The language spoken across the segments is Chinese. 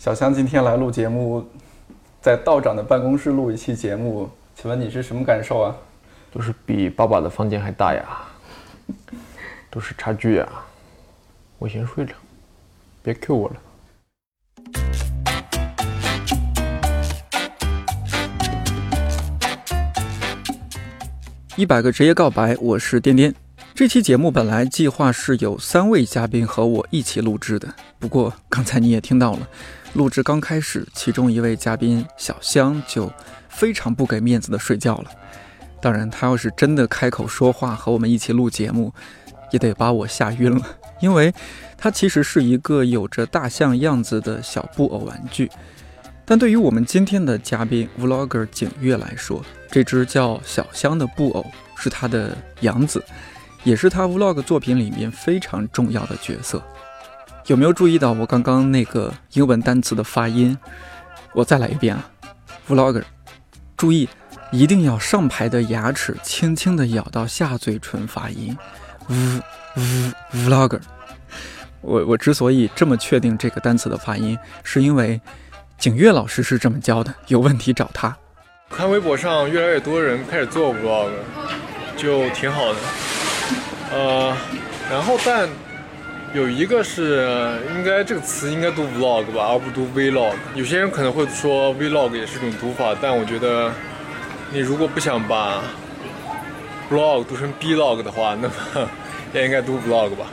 小香今天来录节目，在道长的办公室录一期节目，请问你是什么感受啊？ 都是比爸爸的房间还大呀，都是差距呀。我先睡了，别 Q 我了。 100个职业告白，我是颠颠。这期节目本来计划是有3位嘉宾和我一起录制的，不过刚才你也听到了，录制刚开始，其中一位嘉宾小香就非常不给面子的睡觉了。当然，他要是真的开口说话和我们一起录节目，也得把我吓晕了，因为他其实是一个有着大象样子的小布偶玩具。但对于我们今天的嘉宾 Vlogger 景月来说，这只叫小香的布偶是他的养子，也是他 Vlog 作品里面非常重要的角色。有没有注意到我刚刚那个英文单词的发音？我再来一遍啊 Vlogger， 注意一定要上排的牙齿轻轻地咬到下嘴唇发音 Vlogger。 我之所以这么确定这个单词的发音，是因为景月老师是这么教的，有问题找他。 看微博上越来越多人开始做 vlog， 就挺好的。然后但有一个是应该这个词应该读 vlog 吧，而不读 vlog。有些人可能会说 vlog 也是一种读法，但我觉得你如果不想把 vlog 读成 blog 的话，那么也应该读 vlog 吧。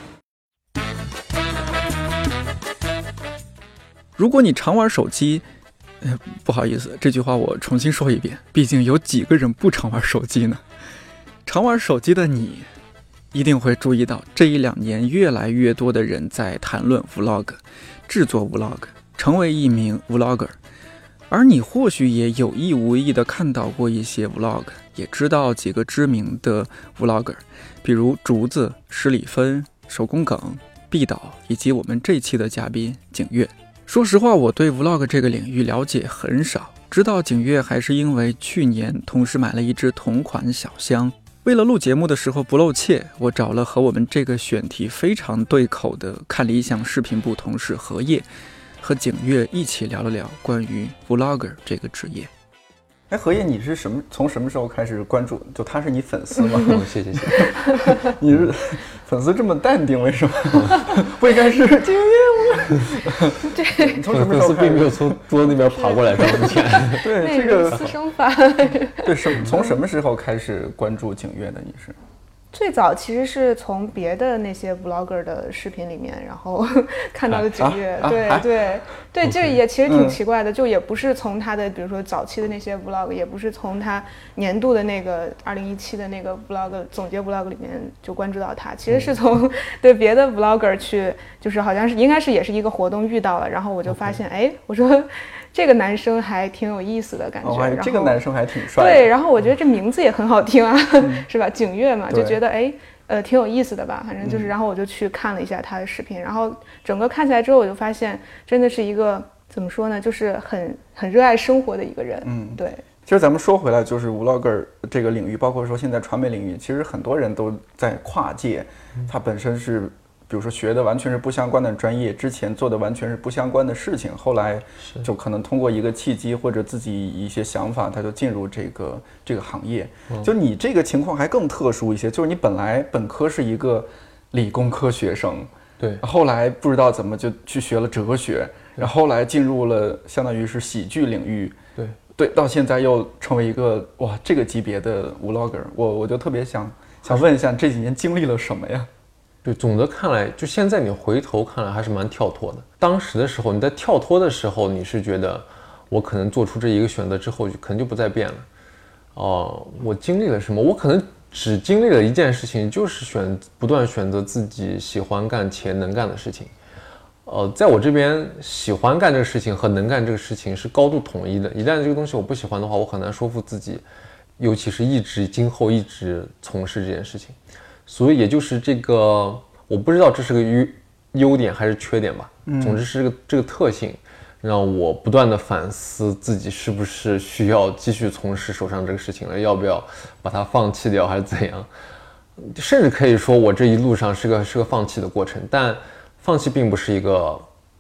如果你常玩手机，不好意思，这句话我重新说一遍，毕竟有几个人不常玩手机呢？常玩手机的你，一定会注意到这1-2年越来越多的人在谈论 vlog， 制作 vlog， 成为一名 vlogger。而你或许也有意无意地看到过一些 vlog， 也知道几个知名的 vlogger， 比如竹子、施里芬、手工梗、毕导，以及我们这期的嘉宾景月。说实话，我对 vlog 这个领域了解很少，知道景月还是因为去年同时买了一只同款小香。为了录节目的时候不露怯，我找了和我们这个选题非常对口的看理想视频部同事何烨，和景月一起聊了聊关于 vlogger 这个职业。 何烨，你是从什么时候开始关注？就他是你粉丝吗？ 谢谢。 你是粉丝这么淡定，为什么？不应该是景月吗？ 对，从什么时候并没有从桌子那边爬过来上目前。 对，这个私生饭。 对，从什么时候开始关注景月的？你是？ 最早其实是从别的那些 vlogger 的视频里面，然后看到的景月。对，这也其实挺奇怪的，就也不是从他的比如说早期的那些 vlog， 也不是从他年度的那个2017的那个 vlog 总结 vlog 里面就关注到他，其实是从对别的 vlogger 去，就是好像是应该是也是一个活动遇到了，然后我就发现我说这个男生还挺有意思的感觉， 这个男生还挺帅的。 对，然后我觉得这名字也很好听啊，是吧？景月嘛，就觉得挺有意思的吧，反正就是，然后我就去看了一下他的视频，然后整个看起来之后，我就发现真的是一个怎么说呢，就是很热爱生活的一个人。对。 其实咱们说回来，就是 vlogger 这个领域，包括说现在传媒领域，其实很多人都在跨界，他本身是比如说学的完全是不相关的专业，之前做的完全是不相关的事情，后来就可能通过一个契机或者自己一些想法，他就进入这个行业。就你这个情况还更特殊一些，就是你本来本科是一个理工科学生， 对， 后来不知道怎么就去学了哲学，然后后来进入了相当于是喜剧领域，对，到现在又成为一个这个级别的 vlogger， 我就特别想问一下，这几年经历了什么呀？ 对，总的看来，就现在你回头看来还是蛮跳脱的。当时的时候，你在跳脱的时候，你是觉得我可能做出这一个选择之后，可能就不再变了。我经历了什么？我可能只经历了一件事情，就是不断选择自己喜欢干且能干的事情。在我这边，喜欢干这个事情和能干这个事情是高度统一的。一旦这个东西我不喜欢的话，我很难说服自己，尤其是今后一直从事这件事情。所以也就是这个，我不知道这是个优点还是缺点吧。总之是这个特性，让我不断的反思自己是不是需要继续从事手上这个事情了，要不要把它放弃掉，还是怎样？甚至可以说我这一路上是个放弃的过程，但放弃并不是一个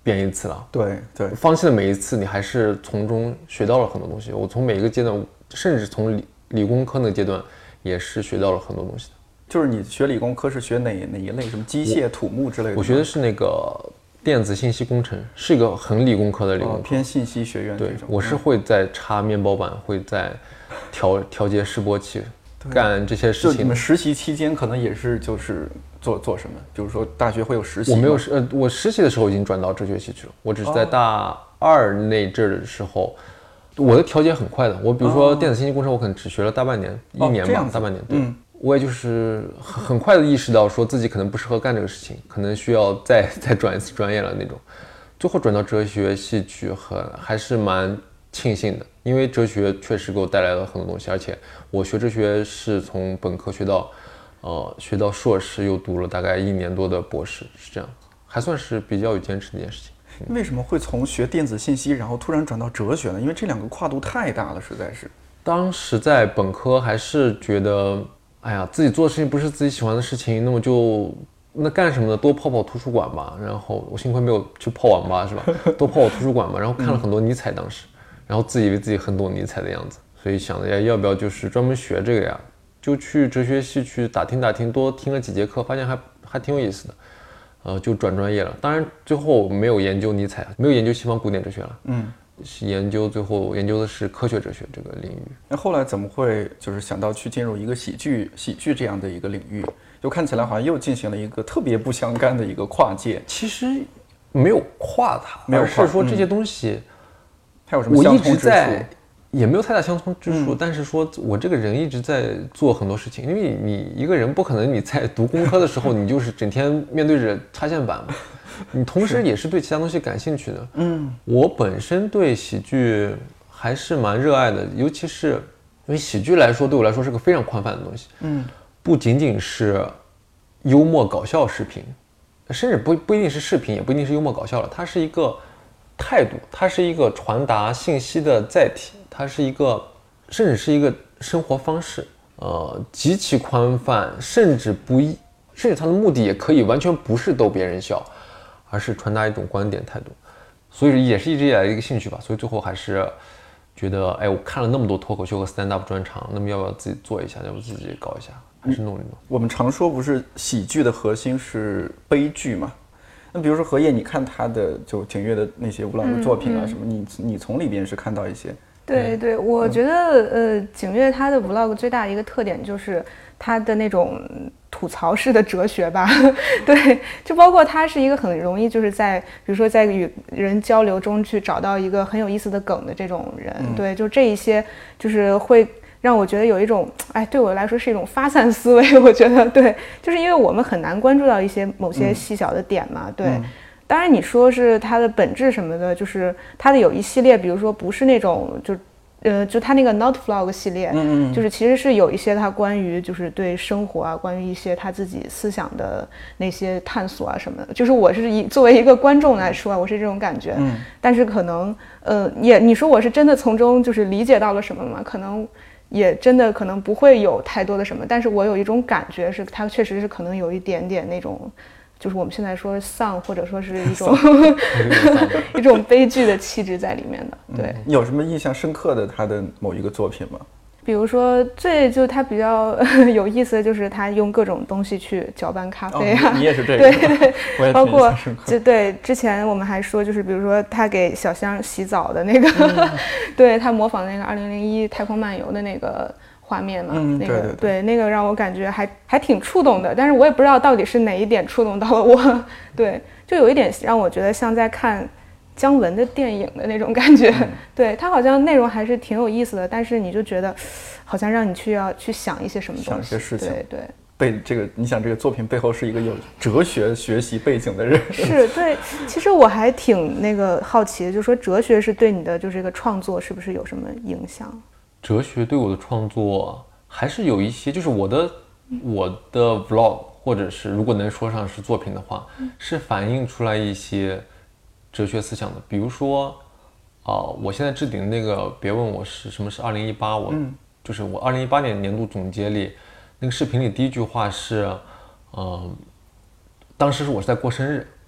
变一次了。 对对， 放弃的每一次，你还是从中学到了很多东西。我从每一个阶段，甚至从理工科那个阶段，也是学到了很多东西的。 就是你学理工科是学哪一类？什么机械、土木之类的？ 我学的是那个电子信息工程，是一个很理工科的理工科， 偏信息学院这种。 对，我是会在插面包板，会在调节示波器，干这些事情。 就你们实习期间可能也是就是做什么？比如说大学会有实习吗？ 我没有我实习的时候已经转到哲学系去了。我只是在大2那阵的时候，我的调节很快的。我比如说电子信息工程，我可能只学了大半年，1年吧，大半年。对。我也就是很快的意识到，说自己可能不适合干这个事情，可能需要再转一次专业了那种。最后转到哲学系去，还是蛮庆幸的，因为哲学确实给我带来了很多东西，而且我学哲学是从本科学到硕士，又读了大概1年多的博士，是这样，还算是比较有坚持的一件事情。 为什么会从学电子信息，然后突然转到哲学呢？因为这两个跨度太大了，实在是。 当时在本科还是觉得，哎呀，自己做的事情不是自己喜欢的事情，那干什么呢？多泡泡图书馆吧。然后我幸亏没有去泡网吧，是吧？多泡泡图书馆吧。然后看了很多尼采，当时，然后自以为自己很懂尼采的样子，所以想着要不要就是专门学这个呀？就去哲学系去打听，多听了几节课，发现还挺有意思的，就转专业了。当然最后没有研究尼采，没有研究西方古典哲学了，最后研究的是科学哲学这个领域。 那后来怎么会就是想到去进入一个喜剧这样的一个领域？就看起来好像又进行了一个特别不相干的一个跨界。 其实没有跨它，而是说这些东西， 还有什么相通之处？ 也没有太大相通之处，但是说我这个人一直在做很多事情，因为你一个人不可能你在读工科的时候你就是整天面对着插线板嘛，你同时也是对其他东西感兴趣的。我本身对喜剧还是蛮热爱的，尤其是因为喜剧来说对我来说是个非常宽泛的东西。不仅仅是幽默搞笑视频，甚至不一定是视频，也不一定是幽默搞笑了，它是一个态度，它是一个传达信息的载体，它是一个甚至是一个生活方式，极其宽泛，甚至它的目的也可以完全不是逗别人笑，而是传达一种观点态度，所以也是一直以来的一个兴趣吧。所以最后还是觉得，哎，我看了那么多脱口秀和 stand up 专场，那么要不要自己做一下，要不自己搞一下，还是弄一弄。 我们常说不是喜剧的核心是悲剧嘛？那比如说何烨，你看他的就景岳的那些vlog的作品啊什么，你从里边是看到一些？ 对，我觉得景岳他的 vlog 最大的一个特点就是他的那种吐槽式的哲学吧。对，就包括他是一个很容易就是比如说在与人交流中去找到一个很有意思的梗的这种人。对，就这一些就是会让我觉得有一种，对我来说是一种发散思维。我觉得对，就是因为我们很难关注到某些细小的点嘛。对。当然你说是它的本质什么的，就是它的有一系列，比如说不是那种就它那个 Not Vlog 系列，就是其实是有一些它关于就是对生活啊，关于一些他自己思想的那些探索啊什么的，就是我是作为一个观众来说，我是这种感觉。但是可能你说我是真的从中就是理解到了什么吗？可能也真的可能不会有太多的什么，但是我有一种感觉是它确实是可能有一点点那种。就是我们现在说丧，或者说是一种一种悲剧的气质在里面的。对， 有什么印象深刻的他的某一个作品吗？ 比如说就他比较有意思的就是他用各种东西去搅拌咖啡啊。 你也是这个？ 对，包括对之前我们还说就是比如说他给小香洗澡的那个，对他模仿那个2001太空漫游的那个。画面嘛，对，那个让我感觉还挺触动的，但是我也不知道到底是哪一点触动到了我。对，就有一点让我觉得像在看姜文的电影的那种感觉。对，他好像内容还是挺有意思的，但是你就觉得好像让你要去想一些什么东西， 想一些事情。 对， 你想这个作品背后是一个有哲学学习背景的人。 是，对。其实我还挺好奇的，就是说哲学是对你的这个创作是不是有什么影响？ 哲学对我的创作还是有一些，就是我的 vlog， 或者是如果能说上是作品的话，是反映出来一些哲学思想的。比如说，我现在置顶的那个，别问我是什么是2018，就是我2018年度总结里那个视频里第一句话是，当时我是在过生日，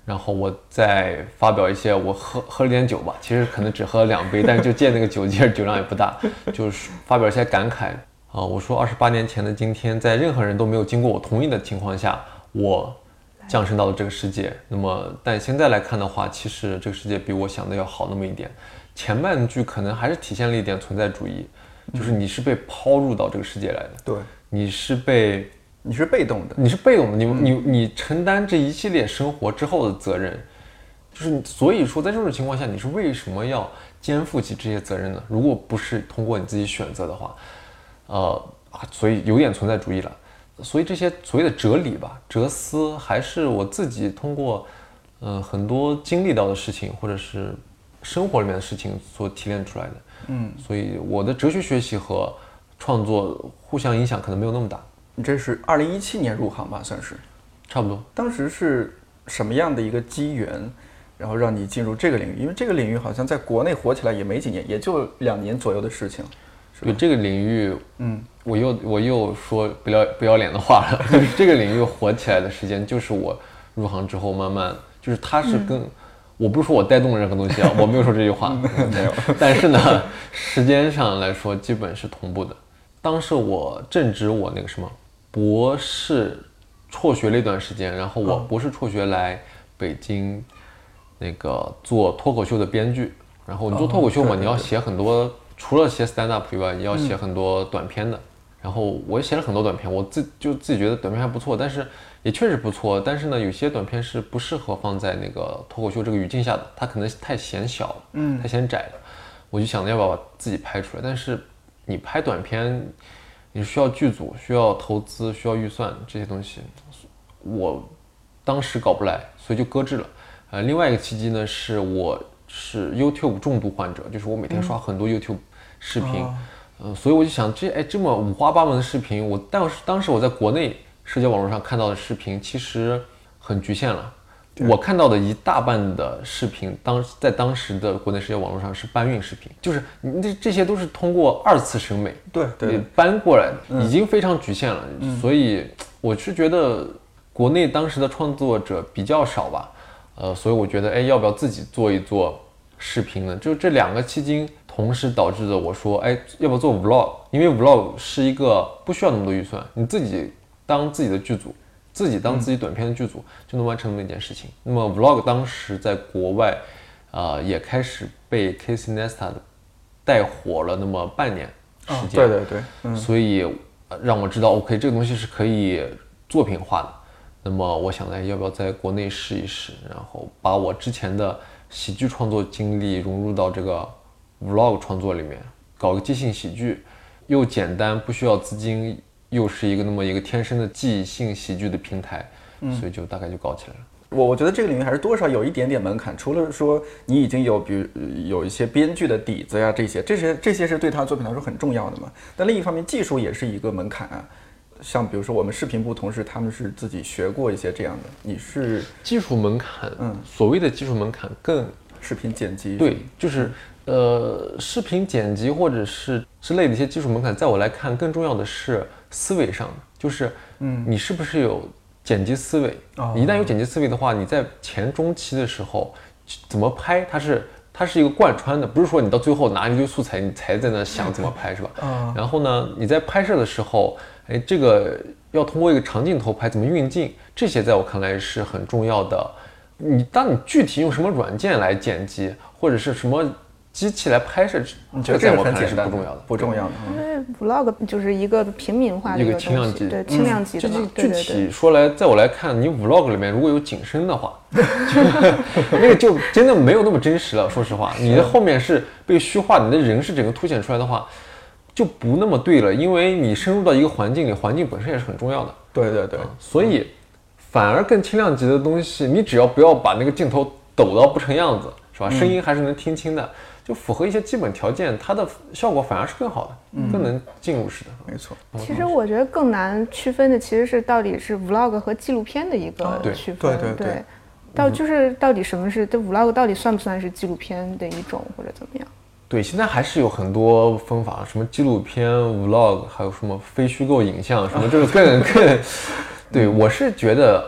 然后我再发表一些我喝了点酒吧，其实可能只喝了2杯，但是就借那个酒劲儿，酒量也不大，就是发表一些感慨啊。我说28年前的今天，在任何人都没有经过我同意的情况下，我降生到了这个世界。那么但现在来看的话，其实这个世界比我想的要好那么一点。前半句可能还是体现了一点存在主义，就是你是被抛入到这个世界来的， 对， 你是被动的， 你承担这一系列生活之后的责任，就是所以说在这种情况下，你是为什么要肩负起这些责任呢？如果不是通过你自己选择的话，所以有点存在主义了。所以这些所谓的哲理吧、哲思，还是我自己通过很多经历到的事情，或者是生活里面的事情所提炼出来的。所以我的哲学学习和创作互相影响可能没有那么大。 你这是2017年入行吧，算是？ 差不多。当时是什么样的一个机缘，然后让你进入这个领域？因为这个领域好像在国内火起来也没几年，也就2年左右的事情。 对这个领域，我又说不要脸的话了。这个领域火起来的时间，就是我入行之后慢慢，就是它是我不是说我带动任何东西啊，我没有说这句话， 没有。 但是呢，时间上来说基本是同步的。当时我正值我那个什么博士辍学了一段时间，然后我博士辍学来北京那个做脱口秀的编剧。然后你做脱口秀嘛，你要写很多，除了写 stand up 以外，你要写很多短篇的。然后我也写了很多短篇，我自己觉得短片还不错，但是也确实不错。但是呢，有些短片是不适合放在那个脱口秀这个语境下的，它可能太显小了，太显窄了。我就想着要不要把自己拍出来，但是你拍短片，你需要剧组，需要投资，需要预算这些东西，我当时搞不来，所以就搁置了。另外一个契机呢，是我是 YouTube 重度患者，就是我每天刷很多 YouTube 视频。所以我就想，这么五花八门的视频，当时我在国内社交网络上看到的视频其实很局限了。我看到的一大半的视频，在当时的国内社交网络上是搬运视频，就是这些都是通过2次审美对搬过来的，已经非常局限了。所以我是觉得国内当时的创作者比较少吧，所以我觉得要不要自己做一做视频呢？就这2个契机同时导致的，我说要不要做 vlog？ 因为 vlog 是一个不需要那么多预算，你自己当自己的剧组，自己当自己短片的剧组，就能完成那么一件事情。那么 vlog 当时在国外也开始被 Casey Neistat 带火了那么半年时间。 对， 所以让我知道 OK 这个东西是可以作品化的。那么我想要不要在国内试一试，然后把我之前的喜剧创作经历融入到这个 vlog 创作里面，搞个即兴喜剧，又简单不需要资金，又是一个天生的即兴喜剧的平台，所以就大概就搞起来了。 我觉得这个领域还是多少有一点点门槛，除了说你已经有一些编剧的底子呀，这些是对他作品来说很重要的嘛。但另一方面，技术也是一个门槛啊。像比如说我们视频部同事，他们是自己学过一些这样的。你是技术门槛，所谓的技术门槛更视频剪辑， 对，就是视频剪辑或者是之类的一些技术门槛，在我来看，更重要的是思维上的，就是你是不是有剪辑思维？你一旦有剪辑思维的话，你在前中期的时候怎么拍，它是一个贯穿的，不是说你到最后拿一堆素材，你才在那想怎么拍，是吧？然后呢，你在拍摄的时候，这个要通过一个长镜头拍，怎么运镜，这些在我看来是很重要的。当你具体用什么软件来剪辑，或者是什么机器来拍摄，这个在我看来是不重要的。 因为 vlog 就是一个平民化的一个轻量级， 对，轻量级的嘛。 具体说来，在我来看，你 vlog 里面如果有景深的话，那个就真的没有那么真实了。说实话，你的后面是被虚化，你的人是整个凸显出来的话，就不那么对了。因为你深入到一个环境里，环境本身也是很重要的。 对， 所以反而更轻量级的东西，你只要不要把那个镜头抖到不成样子，是吧？声音还是能听清的。就符合一些基本条件，它的效果反而是更好的，更能进入式的。 没错。 其实我觉得更难区分的其实是到底是 vlog 和纪录片的一个区分。 对。 到底什么是这 vlog 到底算不算是纪录片的一种或者怎么样？ 对，现在还是有很多分法，什么纪录片 vlog， 还有什么非虚构影像，什么这个更对，我是觉得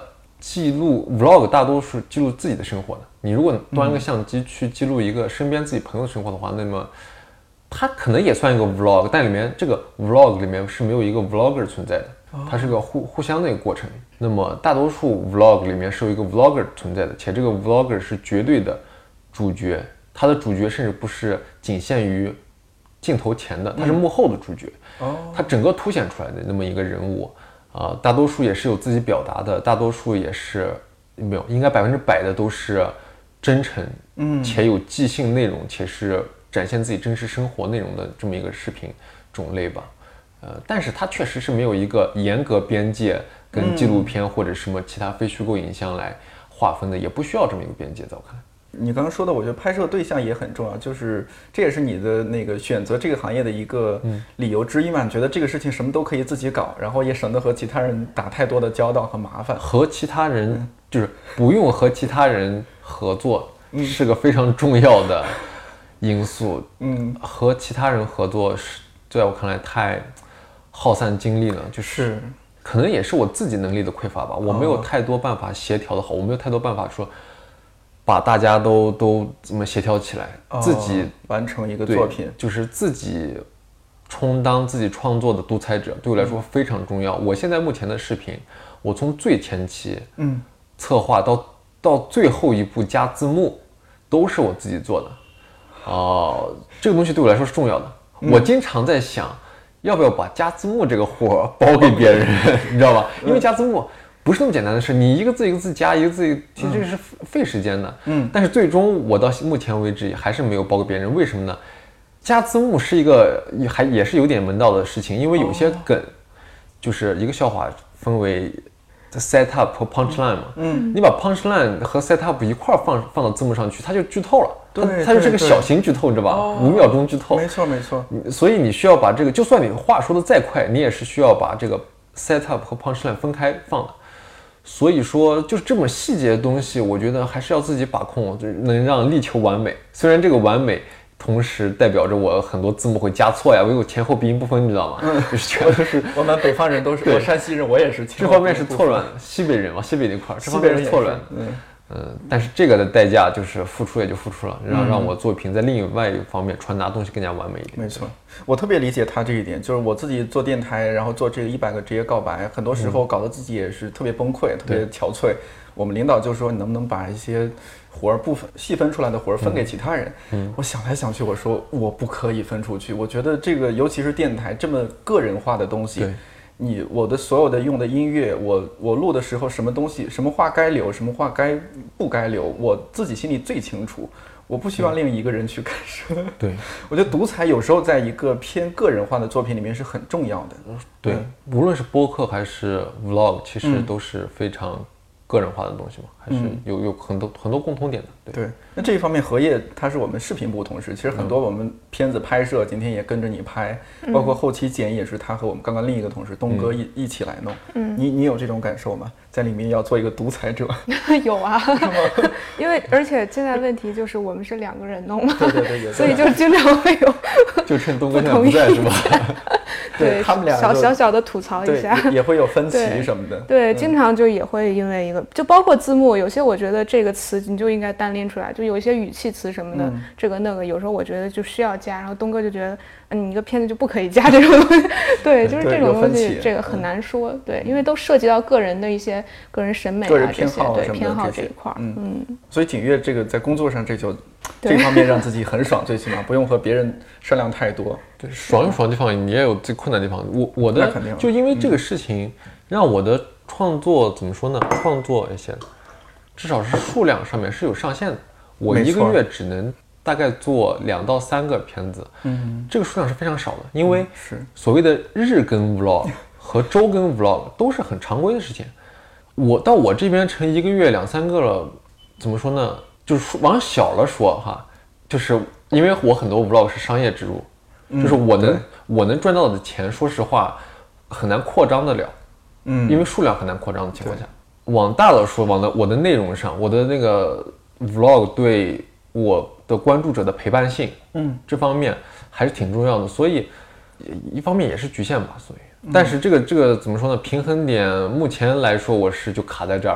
记录 vlog 大多数记录自己的生活的。你如果端个相机去记录一个身边自己朋友的生活的话，那么它可能也算一个 vlog， 但里面这个 vlog 里面是没有一个 vlogger 存在的，它是个互相的一个过程。那么大多数 vlog 里面是有一个 vlogger 存在的，且这个 vlogger 是绝对的主角，他的主角甚至不是仅限于镜头前的，他是幕后的主角，他整个凸显出来的那么一个人物大多数也是有自己表达的，大多数也是没有，应该100%的都是真诚，且有即兴内容，且是展现自己真实生活内容的这么一个视频种类吧。但是它确实是没有一个严格边界跟纪录片或者什么其他非虚构影像来划分的，也不需要这么一个边界，在我看来。 你刚刚说的，我觉得拍摄对象也很重要，就是这也是你的那个选择这个行业的一个理由之一嘛。你觉得这个事情什么都可以自己搞，然后也省得和其他人打太多的交道和麻烦。 和其他人就是不用和其他人合作，是个非常重要的因素。和其他人合作是在我看来太耗散精力了，就是可能也是我自己能力的匮乏吧，我没有太多办法协调的好，我没有太多办法说把大家都这么协调起来，自己完成一个作品， 就是自己充当自己创作的独裁者，对我来说非常重要。我现在目前的视频，我从最前期策划到最后一步加字幕，都是我自己做的。这个东西对我来说是重要的。我经常在想，要不要把加字幕这个活包给别人，你知道吧？因为加字幕不是那么简单的事，你一个字一个字加，一个字其实是费时间的。但是最终我到目前为止还是没有包给别人，为什么呢？加字幕是一个也是有点门道的事情，因为有些梗就是一个笑话分为 set up 和 punchline 嘛。你把 punchline 和 set up 一块放到字幕上去，它就剧透了。它就是个小型剧透，你知道吧？5秒钟剧透。 没错没错。 所以你需要把这个，就算你话说的再快，你也是需要把这个 set up 和 punchline 分开放的。所以说，就是这么细节的东西，我觉得还是要自己把控，就是能让力求完美。虽然这个完美同时代表着我很多字幕会加错呀，我有前后鼻音不分，你知道吗？ 就是我们北方人都是，我山西人，我也是， 这方面是错乱的，西北人嘛，西北那块这方面是错乱的。但是这个的代价就是付出也就付出了，让我作品在另外一方面传达东西更加完美一点。 没错，我特别理解他这一点，就是我自己做电台，然后做这个100个职业告白，很多时候搞得自己也是特别崩溃，特别憔悴。我们领导就说你能不能把一些活儿细分出来的活儿分给其他人？我想来想去，我说我不可以分出去。我觉得这个尤其是电台这么个人化的东西。我的所有的用的音乐，我录的时候什么东西，什么话该留，什么话不该留，我自己心里最清楚。我不希望另一个人去干涉。 对， 我觉得独裁有时候在一个偏个人化的作品里面是很重要的。 对，无论是播客还是 vlog， 其实都是非常个人化的东西嘛，还是有很多共同点的。 对，那这一方面，何烨他是我们视频部同事，其实很多我们片子拍摄今天也跟着你拍，包括后期剪也是他和我们刚刚另一个同事东哥一起来弄。你有这种感受吗？在里面要做一个独裁者？ 有啊，因为而且现在问题就是我们是2个人弄嘛， 对， 所以就经常会有， 就趁东哥现在不在是吧？ 对他们俩小的吐槽一下， 也会有分歧什么的。 对，经常就也会因为一个，就包括字幕，有些我觉得这个词你就应该单拎出来，就有一些语气词什么的，这个那个，有时候我觉得就需要加，然后东哥就觉得，你一个片子就不可以加这种东西。对，就是这种东西，这个很难说。对，因为都涉及到个人的一些个人审美啊， 个人偏好， 对偏好这一块。 所以景岳这个在工作上这方面让自己很爽，最起码不用和别人商量太多。 对，爽的地方，你也有最困难的地方。我的就因为这个事情，让我的创作怎么说呢？创作一些，至少是数量上面是有上限的。我一个月只能大概做2到3个片子，这个数量是非常少的。因为所谓的日更 vlog 和周更 vlog 都是很常规的事情。我这边成1个月2、3个了，怎么说呢？就是往小了说哈，就是因为我很多 vlog 是商业植入，就是我能赚到的钱，说实话很难扩张得了，因为数量很难扩张的情况下，往大了说，我的内容上，我的那个 vlog 对我的关注者的陪伴性，这方面还是挺重要的，所以一方面也是局限吧，所以，但是这个怎么说呢？平衡点目前来说，我是就卡在这儿了。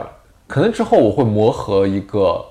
可能之后我会磨合一个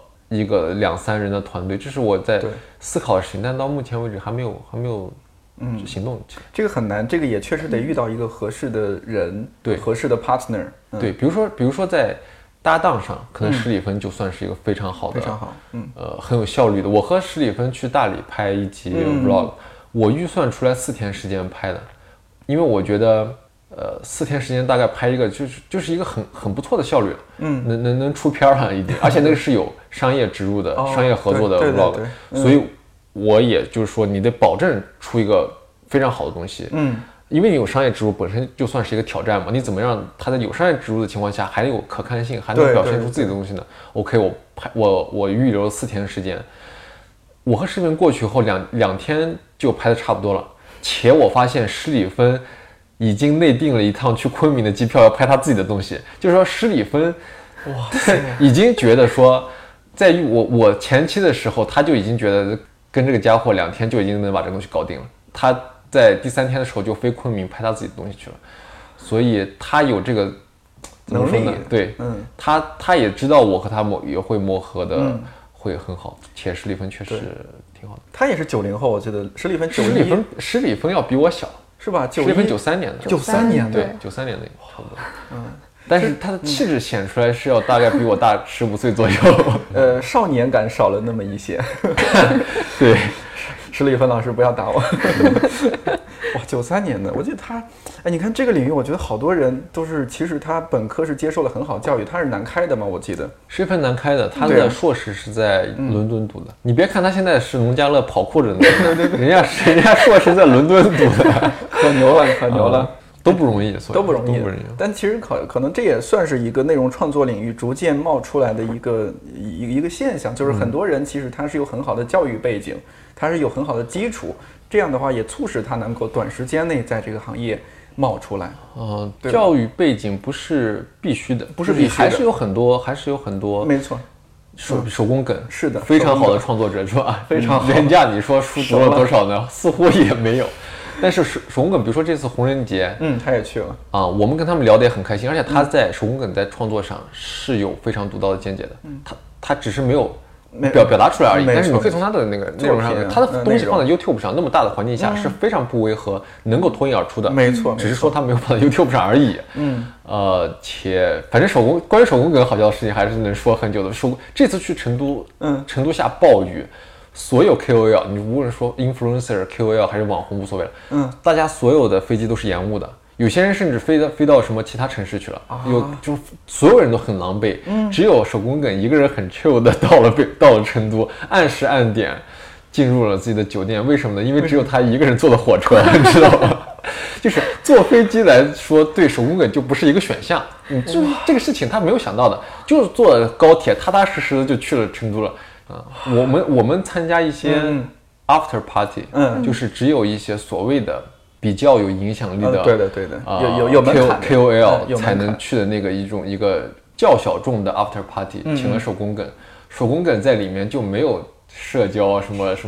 2-3人的团队，这是我在思考的事情，但到目前为止还没有行动起来。 这个很难，这个也确实得遇到一个合适的人， 对， 合适的 partner。 对，比如说在搭档上，可能史蒂芬就算是一个非常好的， 非常好， 很有效率的。我和史蒂芬去大理拍一集 vlog，我预算出来4天时间拍的，因为我觉得。4天时间大概拍一个就是一个很不错的效率了，能出片了一点，而且那个是有商业植入的、商业合作的 vlog，所以我也就是说你得保证出一个非常好的东西，因为你有商业植入本身就算是一个挑战嘛，你怎么让它在有商业植入的情况下还有可看性，还能表现出自己的东西呢 ？OK， 我预留了4天时间，我和视频过去后两天就拍的差不多了，且我发现施里芬。已经内定了一趟去昆明的机票，要拍他自己的东西。就是说，施里芬，哇，已经觉得说，在我前期的时候，他就已经觉得跟这个家伙2天就已经能把这个东西搞定了。他在第3天的时候就飞昆明拍他自己的东西去了，所以他有这个能力。 对，他也知道我和他也会磨合的会很好，且施里芬确实挺好的。 他也是90后，我记得施里芬施里芬要比我小。 是吧 ？91分93年的 ，93年对，93年的差不多。但是他的气质显出来是要大概比我大15岁左右。 少年感少了那么一些。 对， 施里芬老师不要打我。哇，93年的，我记得他，哎，你看这个领域，我觉得好多人都是，其实他本科是接受了很好教育，他是南开的嘛，我记得。 施里芬南开的，他的硕士是在伦敦读的。你别看他现在是农家乐跑酷着呢，人家硕士在伦敦读的， 可牛了。 都不容易， 都不容易。但其实可能这也算是一个内容创作领域逐渐冒出来的一个现象，就是很多人其实他是有很好的教育背景，他是有很好的基础，这样的话也促使他能够短时间内在这个行业冒出来。 教育背景不是必须的，还是有很多， 没错。 手工梗是的， 非常好的创作者是吧？ 非常好。 人家你说书读了多少呢？似乎也没有。但是手工梗，比如说这次红人节， 他也去了啊，我们跟他们聊得也很开心，而且他在手工梗在创作上是有非常独到的见解的，他只是没有表达出来而已。但是你可以从他的那个内容上，他的东西放在 YouTube 上，那么大的环境下是非常不违和，能够脱颖而出的。 没错， 只是说他没有放在 YouTube 上而已。且反正关于手工梗好笑的事情还是能说很久的。这次去成都下暴雨。所有 KOL， 你无论说 influencer、KOL 还是网红无所谓了，大家所有的飞机都是延误的，有些人甚至飞到什么其他城市去了，就是所有人都很狼狈，只有手工梗一个人很 chill 的到了成都，按时按点进入了自己的酒店。为什么呢？因为只有他一个人坐的火车，你知道吗？就是坐飞机来说，对手工梗就不是一个选项。这个事情他没有想到的，就是坐高铁踏踏实实的就去了成都了。我们参加一些 after party，就是只有一些所谓的比较有影响力的， 对的，有门槛 KOL 才能去的那个一个较小众的 after party，请了手工梗，手工梗在里面就没有社交什么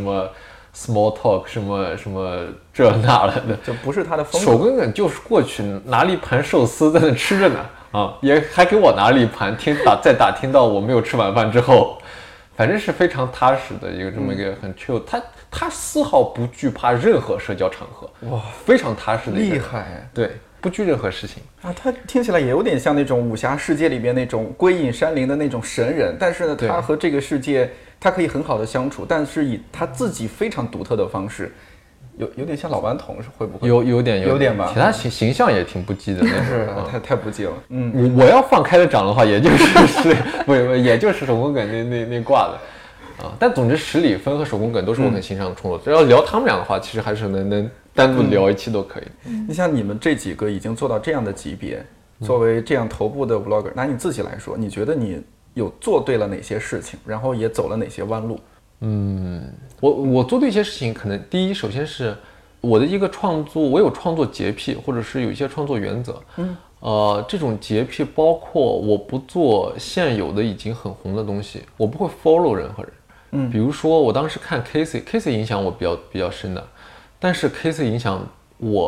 small talk 什么这那了的， 就不是他的风格。 手工梗就是过去拿了一盘寿司在那吃着呢，也还给我拿了一盘，在打听到我没有吃晚饭之后。反正是非常踏实的一个这么一个很 chill，他丝毫不惧怕任何社交场合，哇，非常踏实的一个人， 厉害， 对，不惧任何事情啊。他听起来也有点像那种武侠世界里面那种归隐山林的那种神人，但是呢，他和这个世界他可以很好的相处，但是以他自己非常独特的方式。有点像老顽童，会不会？ 有点吧。他形象也挺不羁的，那是太不羁了。 我要放开了讲的话，也就是也就是手工梗那挂的啊。但总之，史里芬和手工梗都是我很欣赏的创作者。要聊他们俩的话，其实还是能单独聊一期都可以。 你像你们这几个已经做到这样的级别，作为这样头部的 vlogger，拿你自己来说，你觉得你有做对了哪些事情，然后也走了哪些弯路？ 我做对一些事情，可能第一，首先是我的一个创作，我有创作洁癖，或者是有一些创作原则。这种洁癖包括我不做现有的已经很红的东西，我不会 follow 任何人。比如说我当时看 Casey 影响我比较深的，但是 Casey 影响我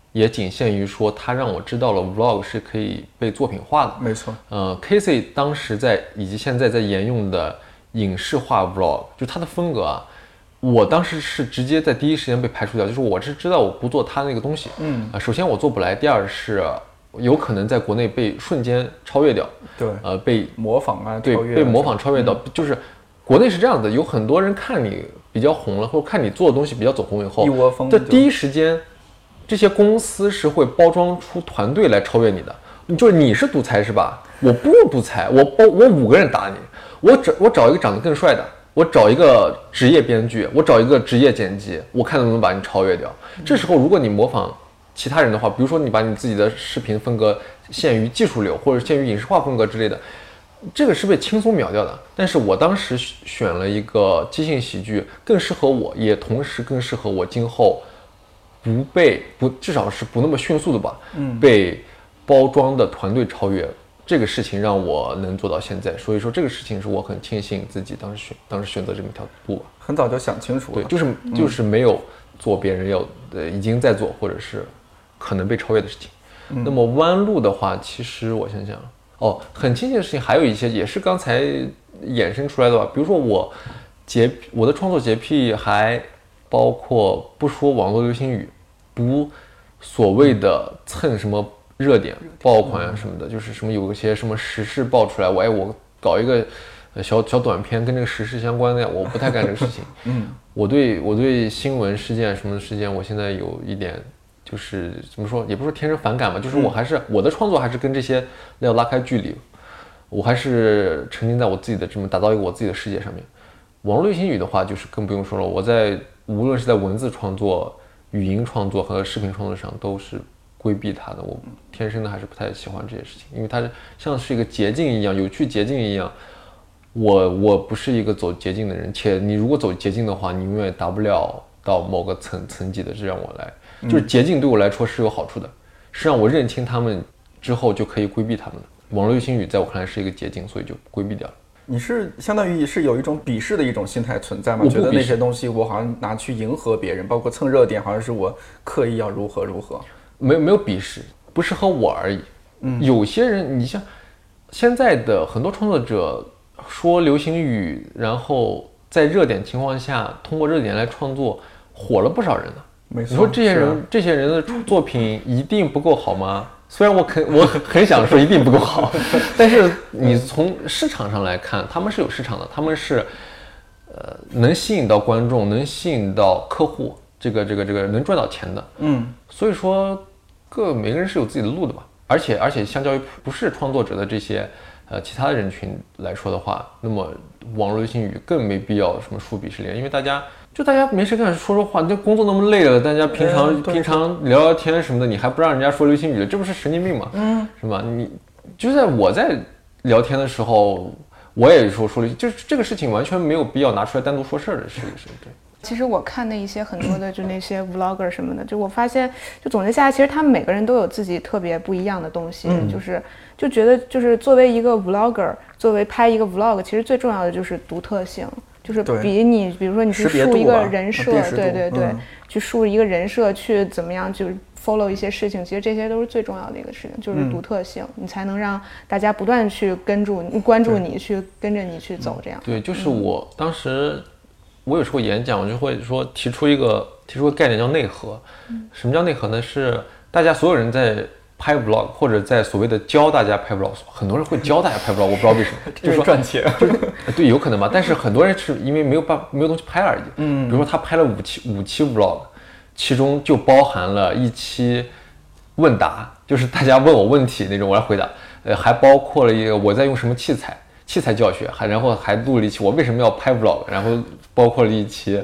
也仅限于说它让我知道了 vlog 是可以被作品化的。 没错。 Casey 当时以及现在在沿用的影视化 vlog， 就它的风格啊，我当时是直接在第一时间被排除掉，就是我是知道我不做它那个东西。首先我做不来，第二是有可能在国内被瞬间超越掉。 对。 被模仿啊， 对，被模仿超越掉，就是国内是这样的，有很多人看你比较红了，或者看你做的东西比较走红以后， 一窝蜂在第一时间。这些公司是会包装出团队来超越你的，就是你是独裁是吧？我不用独裁，我5个人打你，我找一个长得更帅的，我找一个职业编剧，我找一个职业剪辑，我看能不能把你超越掉。这时候如果你模仿其他人的话，比如说你把你自己的视频风格限于技术流或者限于影视化风格之类的，这个是被轻松秒掉的。但是我当时选了一个即兴喜剧，更适合我，也同时更适合我今后至少是不那么迅速的吧，被包装的团队超越，这个事情让我能做到现在，所以说这个事情是我很庆幸自己当时选择这么一条路吧。 很早就想清楚了。 对，就是没有做别人已经在做或者是可能被超越的事情。那么弯路的话，其实我想想很庆幸的事情还有一些也是刚才衍生出来的吧，比如说我的创作洁癖还包括不说网络流行语，不所谓的蹭什么热点爆款啊什么的，就是什么有一些什么时事爆出来，我搞一个小短片跟这个时事相关的，我不太干这个事情。我对新闻事件什么的事件，我现在有一点就是怎么说，也不是说天生反感吧，就是我的创作还是跟这些要拉开距离，我还是沉浸在我自己的这么打造一个我自己的世界上面。网络流行语的话，就是更不用说了，我无论是在文字创作、语音创作和视频创作上，都是规避它的。我天生的还是不太喜欢这些事情，因为它像是一个捷径一样，有趣捷径一样。我不是一个走捷径的人，且你如果走捷径的话，你永远达不了到某个层级的。这让我来，就是捷径对我来说是有好处的，是让我认清他们之后就可以规避他们的。网络流行语在我看来是一个捷径，所以就规避掉了。 你是相当于是有一种鄙视的一种心态存在吗？觉得那些东西我好像拿去迎合别人，包括蹭热点，好像是我刻意要如何。 没有鄙视，不适合我而已。有些人，你像现在的很多创作者说流行语，然后在热点情况下通过热点来创作，火了不少人呢。 没错。 你说这些人的作品一定不够好吗？虽然我很想说一定不够好，但是你从市场上来看，他们是有市场的，他们是能吸引到观众，能吸引到客户，这个能赚到钱的。所以说每个人是有自己的路的吧。而且相较于不是创作者的这些其他的人群来说的话，那么网络流行语更没必要什么树鄙视链，因为大家没事干说话，这工作那么累了，大家平常聊聊天什么的，你还不让人家说流行语，这不是神经病吗？是吧？你就在我在聊天的时候，我也说就是这个事情完全没有必要拿出来单独说事儿的事情。对。 其实我看的一些很多的就那些 vlogger 什么的，就我发现就总结下来，其实他们每个人都有自己特别不一样的东西，就觉得就是作为一个 vlogger， 作为拍一个 vlog， 其实最重要的就是独特性，就是比如说你去树一个人设，对，去树一个人设，去怎么样就是 follow 一些事情，其实这些都是最重要的一个事情，就是独特性，你才能让大家不断去关注你，去跟着你去走这样。 对，就是我当时我有时候演讲，我就会说提出一个概念叫内核。什么叫内核呢？是大家所有人在拍 vlog 或者在所谓的教大家拍 vlog， 很多人会教大家拍 vlog， 我不知道为什么， 就是说赚钱， 对，有可能吧。但是很多人是因为没有东西拍而已。比如说他拍了五期 vlog， 其中就包含了1期问答，就是大家问我问题那种，我来回答。还包括了一个我在用什么器材教学，然后还录了一期我为什么要拍 vlog， 然后包括了一期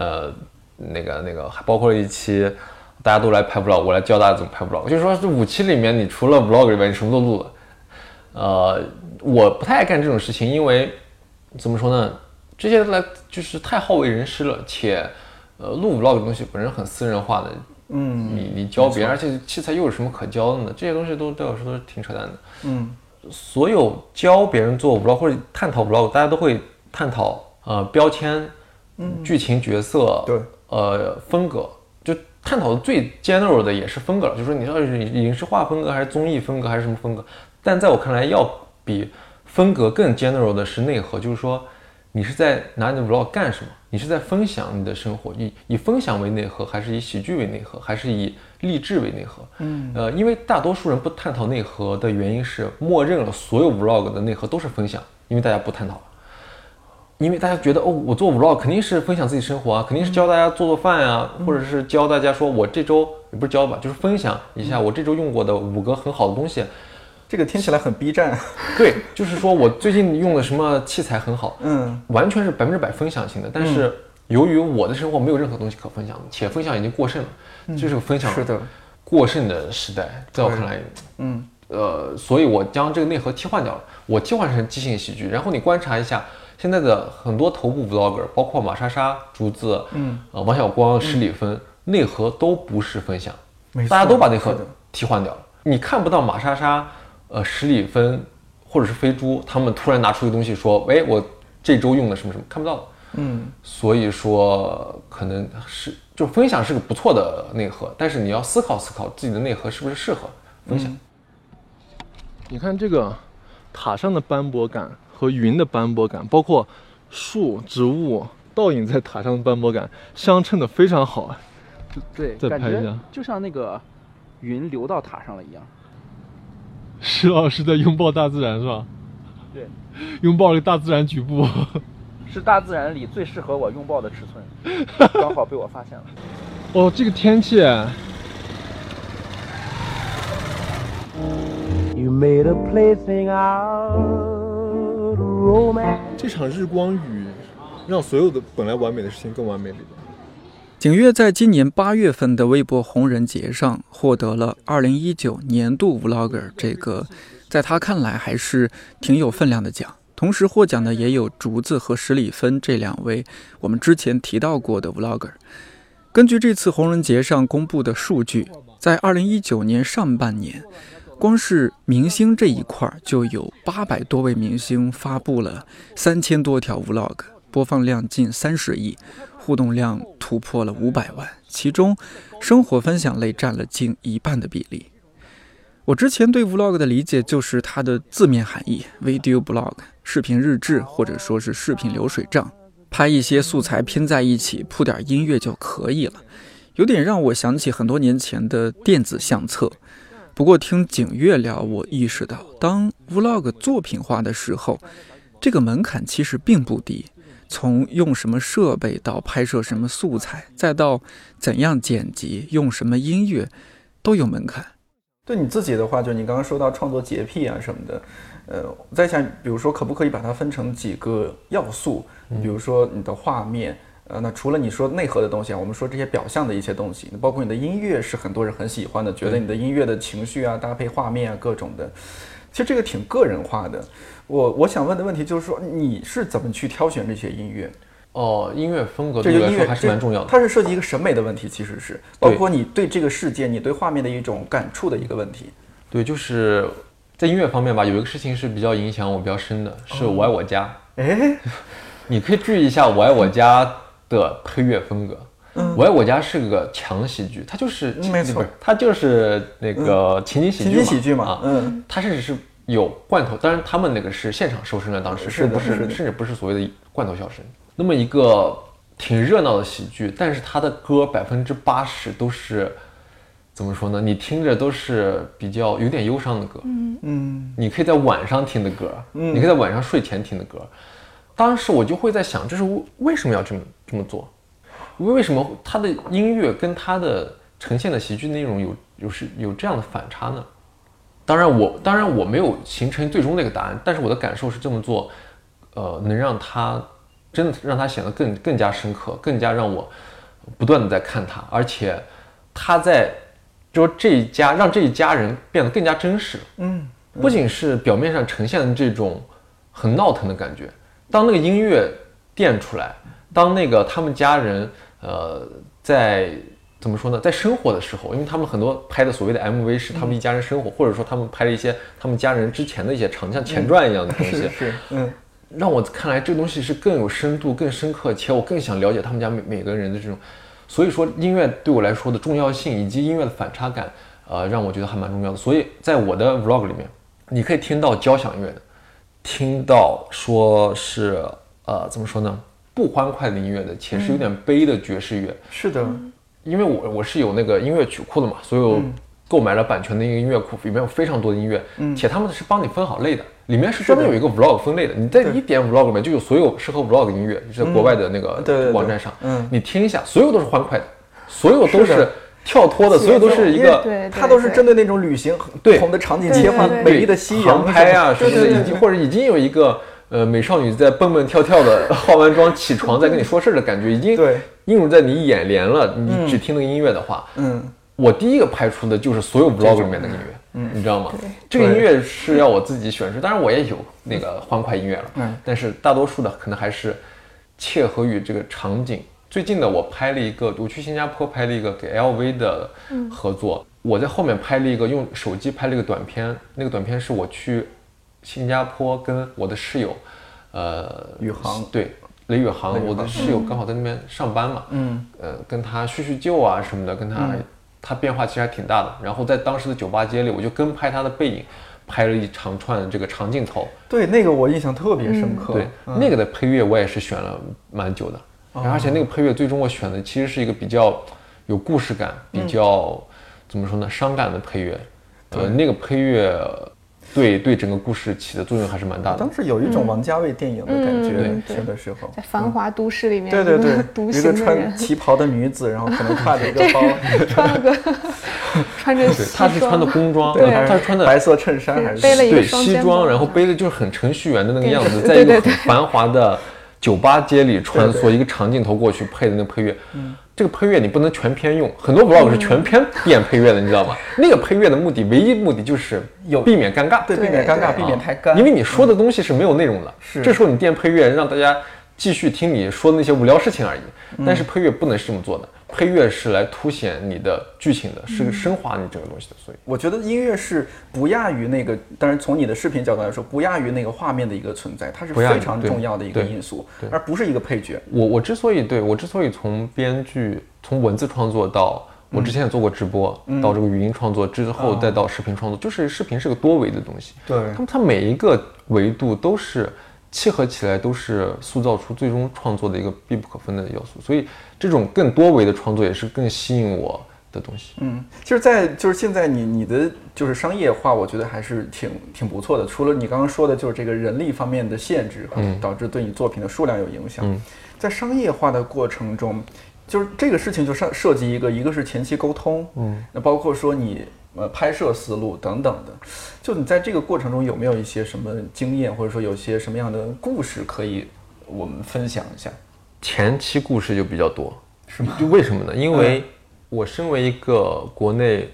还包括了一期大家都来拍 vlog， 我来教大家怎么拍 vlog。就是说这5期里面，你除了 vlog 以外，你什么都录了。我不太爱干这种事情，因为怎么说呢，这些就是太好为人师了，且录 vlog 的东西本身很私人化的。你教别人，而且器材又有什么可教的呢？这些东西对我说都是挺扯淡的。所有教别人做 vlog 或者探讨 vlog， 大家都会探讨标签、剧情、角色， 对， 风格，就探讨的最 general 的也是风格了，就是说你到底是影视化风格还是综艺风格还是什么风格。但在我看来，要比风格更 general 的是内核，就是说你是在拿你的 vlog 干什么？你是在分享你的生活，以分享为内核，还是以喜剧为内核，还是以励志为内核？因为大多数人不探讨内核的原因是，默认了所有 vlog 的内核都是分享，因为大家不探讨。因为大家觉得我做 vlog 肯定是分享自己生活啊，肯定是教大家做饭啊，或者是教大家说我这周也不是教吧，就是分享一下我这周用过的5个很好的东西。 这个听起来很 B 站。 对，就是说我最近用的什么器材很好，完全是100%分享型的。但是由于我的生活没有任何东西可分享，且分享已经过剩了，这是个分享过剩的时代，在我看来，所以我将这个内核替换掉了，我替换成即兴喜剧。然后你观察一下现在的很多头部 vlogger， 包括马莎莎、竹子、王小光、史里芬，内核都不是分享，大家都把内核替换掉了。你看不到马莎莎、史里芬或者是飞猪，他们突然拿出一个东西说，哎，我这周用的什么什么，看不到的。所以说可能是就分享是个不错的内核，但是你要思考自己的内核是不是适合分享。 你看这个塔上的斑驳感和云的斑驳感，包括树、植物倒影在塔上的斑驳感相称的非常好啊。 对，感觉就像那个云流到塔上了一样。 石老师在拥抱大自然是吧？ 对， 拥抱了大自然局部。 是大自然里最适合我拥抱的尺寸，刚好被我发现了。 哦，这个天气。这场日光雨让所有的本来完美的事情更完美了。 景岳在今年8月份的微博红人节上获得了2019年度 Vlogger 这个在他看来还是挺有分量的奖。同时获奖的也有竹子和史里芬这2位我们之前提到过的 Vlogger。根据这次红人节上公布的数据，在2019年上半年，光是明星这一块就有800多位明星发布了3000多条 Vlog， 播放量近30亿，互动量突破了500万，其中生活分享类占了近1半的比例。我之前对 Vlog 的理解就是它的字面含义 Video Blog， 视频日志或者说是视频流水账，拍一些素材拼在一起，铺点音乐就可以了，有点让我想起很多年前的电子相册。不过听景岳聊，我意识到当 Vlog 作品化的时候，这个门槛其实并不低，从用什么设备到拍摄什么素材，再到怎样剪辑，用什么音乐，都有门槛。 对你自己的话，就你刚刚说到创作洁癖啊什么的，我在想，比如说可不可以把它分成几个要素，比如说你的画面，那除了你说内核的东西啊，我们说这些表象的一些东西，包括你的音乐是很多人很喜欢的，觉得你的音乐的情绪啊，搭配画面啊各种的，其实这个挺个人化的。我想问的问题就是说，你是怎么去挑选这些音乐？ 音乐风格对我来说还是蛮重要的。 它是涉及一个审美的问题，其实是包括你对这个世界、你对画面的一种感触的一个问题。 对，就是在音乐方面吧，有一个事情是比较影响我比较深的，是我爱我家。你可以注意一下我爱我家的配乐风格。我爱我家是个强喜剧，它就是没错， 它就是那个情景喜剧嘛。它甚至是有罐头，当然他们那个是现场收声的，当时甚至不是所谓的罐头笑声。那么一个挺热闹的喜剧，但是他的歌80%都是怎么说呢？你听着都是比较有点忧伤的歌。你可以在晚上听的歌，你可以在晚上睡前听的歌。当时我就会在想，这是为什么要这么做？为什么他的音乐跟他的呈现的喜剧内容有这样的反差呢？当然我没有形成最终那个答案，但是我的感受是这么做，能让他真的让他显得更加深刻，更加让我不断的在看他，而且他在就是让这一家人变得更加真实。不仅是表面上呈现的这种很闹腾的感觉，当那个音乐垫出来，当那个他们家人在怎么说呢，在生活的时候，因为他们很多拍的所谓的 MV 是他们一家人生活，或者说他们拍了一些他们家人之前的一些长像前传一样的东西。让我看来这个东西是更有深度、更深刻，且我更想了解他们家每个人的这种所以说音乐对我来说的重要性以及音乐的反差感，让我觉得还蛮重要的。所以在我的 vlog 里面，你可以听到交响乐的，听到说是怎么说呢，不欢快的音乐的，且是有点悲的爵士乐。 是的， 因为我是有那个音乐曲库的嘛，所以我购买了版权的一个音乐库，里面有非常多的音乐，且他们是帮你分好类的，里面是专门有一个 vlog 分类的。你在一点 vlog 里面就有所有适合 vlog 的音乐，就是在国外的那个网站上，你听一下，所有都是欢快的，所有都是跳脱的，所有都是一个， 它都是针对那种旅行不同的场景切换，美丽的夕阳拍啊什么的，以及或者已经有一个美少女在蹦蹦跳跳的化完妆起床在跟你说事的感觉，已经映入在你眼帘了。你只听那个音乐的话，我第一个拍出的就是所有 vlog 里面的音乐，你知道吗？这个音乐是要我自己选出，当然我也有那个欢快音乐了，但是大多数的可能还是切合于这个场景。最近的我拍了一个，我去新加坡拍了一个给 LV 的合作，我在后面拍了一个用手机拍了一个短片，那个短片是我去新加坡跟我的室友， 宇航， 对，雷宇航，我的室友刚好在那边上班嘛，跟他叙叙旧啊什么的，跟他变化其实还挺大的。然后在当时的酒吧街里，我就跟拍他的背影，拍了一长串这个长镜头。 对，那个我印象特别深刻。 对，那个的配乐我也是选了蛮久的，而且那个配乐最终我选的其实是一个比较有故事感、比较怎么说呢，伤感的配乐。那个配乐对整个故事起的作用还是蛮大的。 当时有一种王家卫电影的感觉，选的时候， 在繁华都市里面， 对， 独一个穿旗袍的女子，然后可能挎着一个包， 穿着她是穿的工装，她是穿的白色衬衫还是背了一个西装，然后背的就是很程序员的那个样子，在一个很繁华的酒吧街里穿梭，一个长镜头过去配的那个配乐。这个配乐你不能全篇用，很多 vlog 是全篇变配乐的，你知道吗？那个配乐的唯一目的就是避免尴尬， 对，避免尴尬，避免太干， 因为你说的东西是没有内容的，这时候你垫配乐让大家继续听你说的那些无聊事情而已。但是配乐不能是这么做的，配乐是来凸显你的剧情的，是升华你整个东西的。所以我觉得音乐是不亚于那个，当然从你的视频角度来说，不亚于那个画面的一个存在，它是非常重要的一个因素，而不是一个配角。 我之所以从编剧从文字创作到我之前也做过直播，到这个语音创作之后再到视频创作，就是视频是个多维的东西， 对， 它每一个维度都是契合起来，都是塑造出最终创作的一个必不可分的要素，所以这种更多维的创作也是更吸引我的东西。 就是现在你的就是商业化，我觉得还是挺不错的。除了你刚刚说的，就是这个人力方面的限制，导致对你作品的数量有影响。在商业化的过程中，就是这个事情就涉及一个是前期沟通，那包括说你拍摄思路等等的。就你在这个过程中有没有一些什么经验，或者说有些什么样的故事可以我们分享一下？ 前期故事就比较多，是吗？就为什么呢？因为我身为一个国内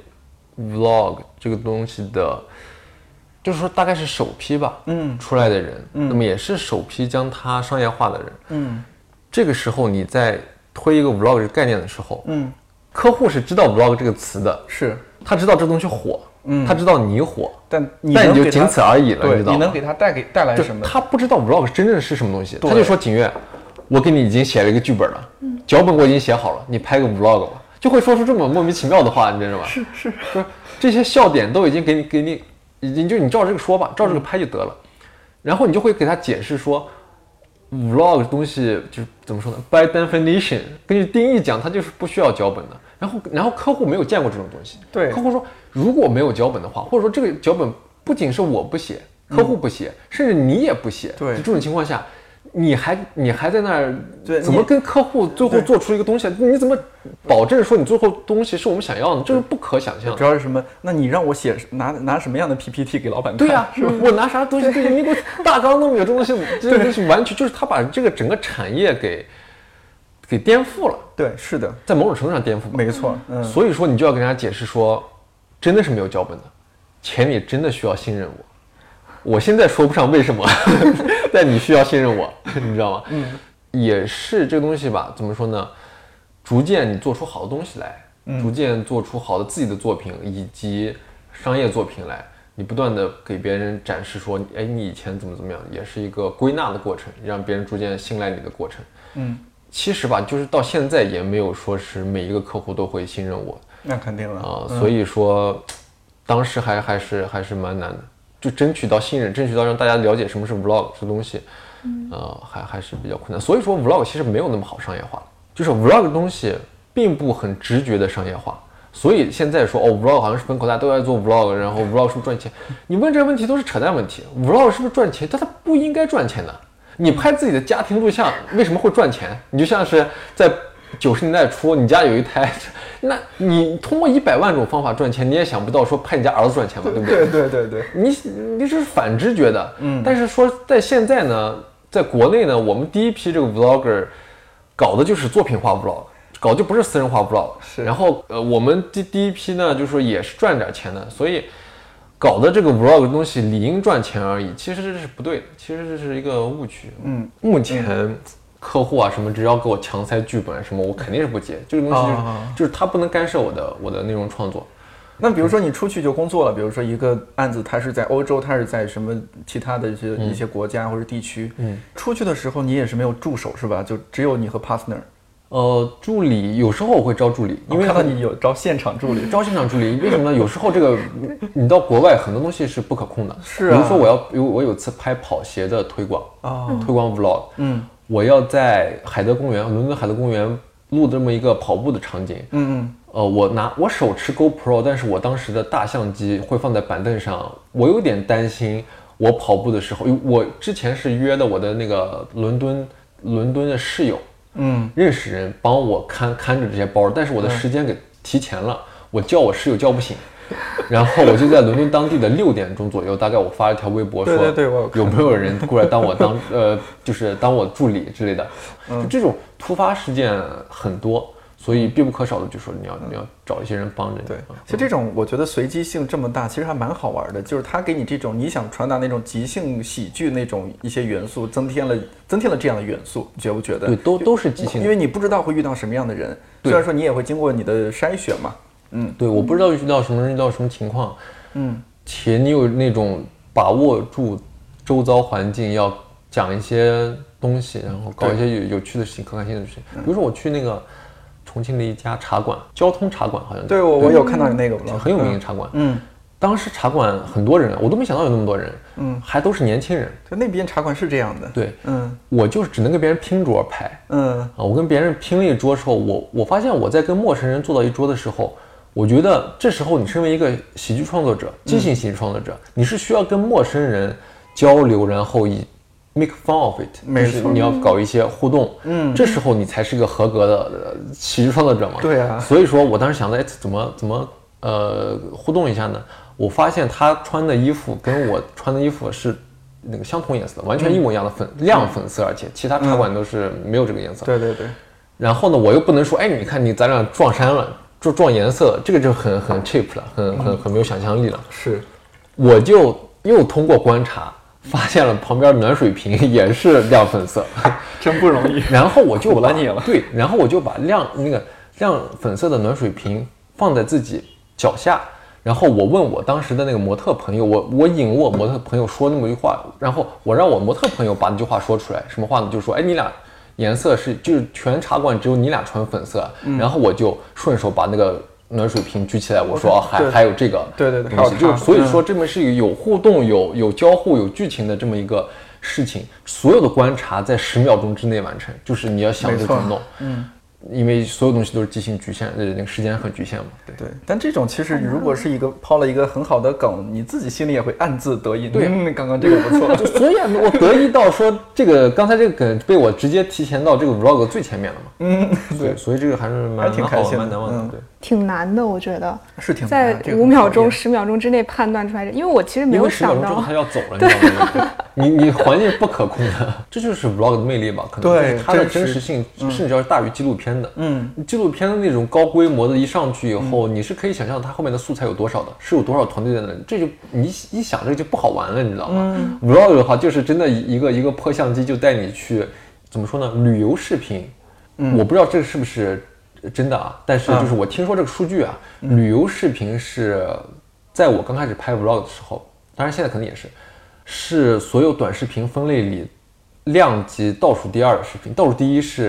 vlog 这个东西的，就是说大概是首批吧，出来的人，那么也是首批将它商业化的人，这个时候你在推一个 vlog 这个概念的时候，客户是知道 vlog 这个词的， 是他知道这东西火，他知道你火， 但你就仅此而已了，你知道吗？ 你能给他带来什么？ 他不知道 vlog 真正是什么东西，他就说景岳，我给你已经写了一个剧本了，脚本我已经写好了，你拍个 vlog 吧，就会说出这么莫名其妙的话，你知道吗？ 是， 这些笑点都已经给你，已经就你照这个说吧，照这个拍就得了，然后你就会给他解释说。vlog 东西就是怎么说呢 ？By definition， 根据定义讲，它就是不需要脚本的。然后客户没有见过这种东西， 对， 客户说如果没有脚本的话，或者说这个脚本不仅是我不写，客户不写，甚至你也不写， 对， 这种情况下，你还在那儿，怎么跟客户最后做出一个东西？你怎么保证说你最后东西是我们想要的？这是不可想象的。 主要是什么？那你让我写拿什么样的 PPT 给老板看？ 对呀，我拿啥东西？对，你给我大纲都没有，这东西完全就是他把这个整个产业给颠覆了。 对，是的， 在某种程度上颠覆， 没错。 所以说你就要跟人家解释说，真的是没有脚本的，且你真的需要信任我。我现在说不上为什么，但你需要信任我，你知道吗？也是这个东西吧，怎么说呢？逐渐你做出好的东西来，逐渐做出好的自己的作品以及商业作品来，你不断的给别人展示说，哎，你以前怎么样，也是一个归纳的过程，让别人逐渐信赖你的过程。 其实吧，就是到现在也没有说是每一个客户都会信任我。 那肯定了所以说，当时还是蛮难的，就争取到信任，争取到让大家了解什么是 vlog 这东西，还是比较困难。所以说 vlog 其实没有那么好商业化，就是 vlog 的东西并不很直觉的商业化。所以现在说vlog 好像是风口，大家都在做 vlog， 然后 vlog 是不是赚钱？你问这个问题都是扯淡问题。vlog 是不是赚钱？但它不应该赚钱的。你拍自己的家庭录像为什么会赚钱？你就像是在90年代初，你家有一台，那你通过100万种方法赚钱，你也想不到说拍你家儿子赚钱嘛，对不对？ 对， 你这是反直觉的。但是说在现在呢，在国内呢，我们第一批这个 vlogger 搞的就是作品化 vlog。搞就不是私人化 vlog， 然后我们第一批呢，就是说也是赚点钱的，所以搞的这个 vlog 的东西理应赚钱而已，其实这是不对的，其实这是一个误区。目前客户啊什么，只要给我强塞剧本什么，我肯定是不接。这个东西就是他不能干涉我的内容创作。 那比如说你出去就工作了，比如说一个案子，它是在欧洲，它是在什么其他的一些国家或者地区，出去的时候你也是没有助手是吧？就只有你和 partner。 助理有时候我会招助理，因为看到你有招现场助理， 招现场助理，为什么呢？有时候这个你到国外很多东西是不可控的， 是比如说我有次拍跑鞋的推广，推广 vlog，我要在海德公园，伦敦海德公园录这么一个跑步的场景，我手持 GoPro， 但是我当时的大相机会放在板凳上，我有点担心我跑步的时候，我之前是约的我的那个伦敦的室友。认识人帮我看着这些包，但是我的时间给提前了，我叫我室友叫不醒，然后我就在伦敦当地的6点钟左右，大概我发了一条微博说， 对， 有没有人过来当我就是当我助理之类的，就这种突发事件很多。所以必不可少的就是说你要找一些人帮着你。 对，其实这种我觉得随机性这么大，其实还蛮好玩的。就是他给你这种你想传达那种即兴喜剧那种一些元素，增添了这样的元素，你觉不觉得？ 对，都是即兴的， 因为你不知道会遇到什么样的人，虽然说你也会经过你的筛选嘛。 对，我不知道遇到什么人，遇到什么情况，且你有那种把握住周遭环境，要讲一些东西，然后搞一些有趣的事情、可看性的事情。比如说我去那个。重庆的一家茶馆，交通茶馆好像对，我有看到你那个很有名的茶馆。当时茶馆很多人，我都没想到有那么多人，还都是年轻人。 就那边茶馆是这样的。 对，我就是只能跟别人拼桌拍。我跟别人拼了一桌之后，我发现我在跟陌生人坐到一桌的时候，我觉得这时候你身为一个喜剧创作者，即兴喜剧创作者，你是需要跟陌生人交流，然后以make fun of it， 就是你要搞一些互动，这时候你才是个合格的喜剧创作者嘛。 对啊， 所以说我当时想着，怎么互动一下呢？我发现他穿的衣服跟我穿的衣服是那个相同颜色的，完全一模一样的亮粉色，而且其他茶馆都是没有这个颜色。 对。 然后呢，我又不能说，你看咱俩撞衫了，撞颜色，这个就很 cheap 了，很没有想象力了。 是， 我就又通过观察。发现了旁边暖水瓶也是亮粉色， 真不容易。 然后我就唬了你了。 对，然后我就把亮粉色的暖水瓶放在自己脚下，然后我问我当时的那个模特朋友，我引我模特朋友说那么一句话，然后我让我模特朋友把那句话说出来，什么话呢？就说你俩颜色就是全茶馆只有你俩穿粉色，然后我就顺手把那个。暖水瓶举起来，我说还有这个， 对， 就所以说这么是有互动、有交互、有剧情的这么一个事情，所有的观察在10秒钟之内完成，就是你要想着怎么弄，因为所有东西都是即兴局限，那个时间很局限嘛。 对。但这种其实如果是抛了一个很好的梗，你自己心里也会暗自得意。 对， 刚刚这个不错。 所以我得意到说这个刚才这个梗被我直接提前到这个 vlog 最前面了嘛。对，所以这个还是蛮挺开心的， 蛮难忘的。对。 挺难的，我觉得是挺难在5秒钟、10秒钟之内判断出来，因为我其实没有想到，10 秒钟之后他要走了，你知道吗？你环境不可控的，这就是 vlog 的魅力吧？可能就是它的真实性甚至要大于纪录片的。纪录片的那种高规模的，一上去以后，你是可以想象它后面的素材有多少的，是有多少团队在那里，这就你一想这就不好玩了，你知道吗？vlog 的话就是真的一个破相机就带你去，怎么说呢？旅游视频，我不知道这是不是。真的啊，但是就是我听说这个数据啊，旅游视频是在我刚开始拍 vlog 的时候，当然现在可能也是所有短视频分类里量级倒数第2的视频，倒数第1是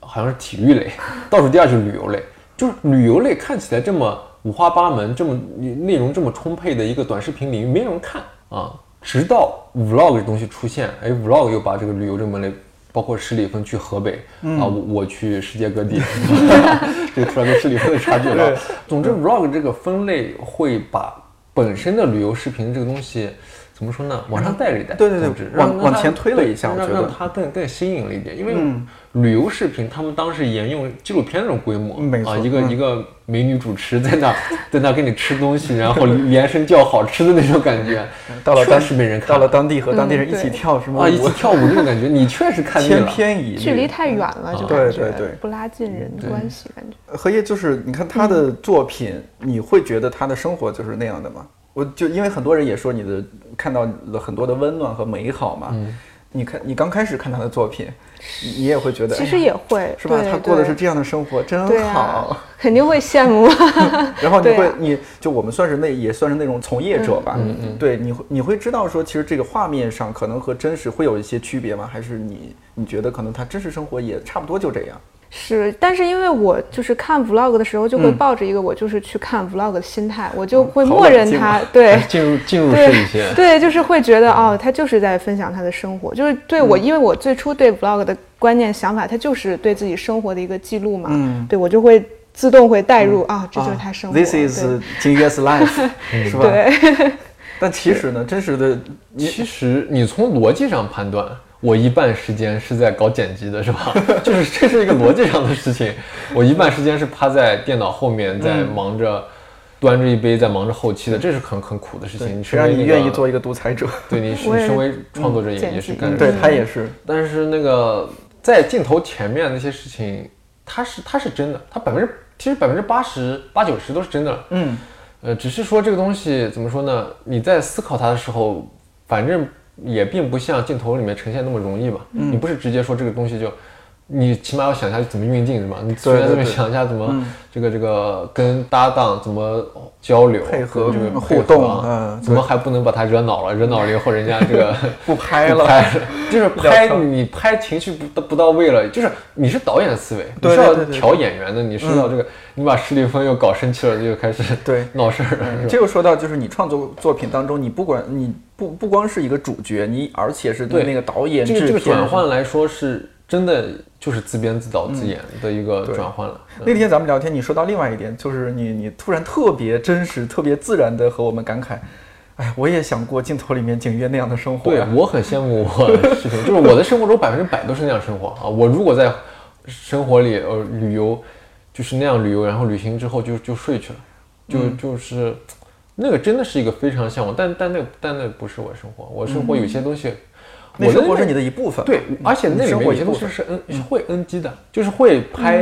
好像是体育类，倒数第二就是旅游类。就是旅游类看起来这么五花八门，这么内容这么充沛的一个短视频领域，没人看啊。直到 vlog 这东西出现，vlog 又把这个旅游这个门类，包括十里芬去河北啊，我去世界各地，这个突然跟十里芬的差距了。总之 vlog 这个分类会把本身的旅游视频这个东西怎么说呢，往上带了一带， 对，往前推了一下，我觉得让它更新颖了一点。因为旅游视频他们当时沿用纪录片那种规模， 没错， 一个美女主持在那给你吃东西，然后连声叫好吃的那种感觉，确实没人看。 到了当地和当地人一起跳什么一起跳舞这种感觉，你确实看腻了， 千篇一律， 距离太远了，就感觉不拉近人的关系，感觉。 荷叶就是你看他的作品，你会觉得他的生活就是那样的吗？我就因为很多人也说你的看到了很多的温暖和美好嘛，你刚开始看他的作品，你也会觉得其实也会是吧？他过的是这样的生活，真好， 肯定会羡慕。 然后我们也算是那种从业者吧，对，你会知道说，其实这个画面上可能和真实会有一些区别吗？还是你觉得可能他真实生活也差不多就这样？ 是，但是因为我就是看 vlog 的时候，就会抱着一个我就是去看 vlog 的心态，我就会默认他，对， 进入式一些， 对，就是会觉得他就是在分享他的生活，就是对我，因为我最初对 vlog 的观念想法，它就是对自己生活的一个记录嘛，对我就会自动会带入这就是他生活 ，This is 景月 's life， 是吧？ 对。 但其实呢，真实的， 其实你从逻辑上判断。我一半时间是在搞剪辑的，是吧？就是这是一个逻辑上的事情。我一半时间是趴在电脑后面，在忙着端着一杯，在忙着后期的，这是很苦的事情。 谁让你愿意做一个独裁者？ 对，你身为创作者也是干。 对，他也是。 但是那个在镜头前面那些事情，它是真的，它其实80%-90%都是真的了。只是说这个东西怎么说呢？你在思考它的时候，反正。也并不像镜头里面呈现那么容易吧？你不是直接说这个东西你起码要想一下怎么运镜是吧？你首先这么想一下怎么这个跟搭档怎么交流、 配合、 互动怎么还不能把他惹恼了？惹恼了以后人家这个不拍了， 就是你拍情绪不到位了，就是你是导演的思维，你是要调演员的，你是要这个，你把史蒂芬又搞生气了，就开始闹事儿了。 这就说到就是你创作作品当中，你不光是一个主角，你而且是对那个导演这个转换来说是真的就是自编自导自演的一个转换了。 那天咱们聊天，你说到另外一点，就是你突然特别真实、特别自然的和我们感慨，哎，我也想过镜头里面景月那样的生活。 对，我很羡慕我的视频，就是我的生活中100%都是那样生活啊。我如果在生活里旅游，就是那样旅游，然后旅行之后就睡去了，就是那个真的是一个非常向往，但那不是我生活，我生活有些东西。 那生活是你的一部分， 对，而且那里面有些东西是会 NG 的，就是会拍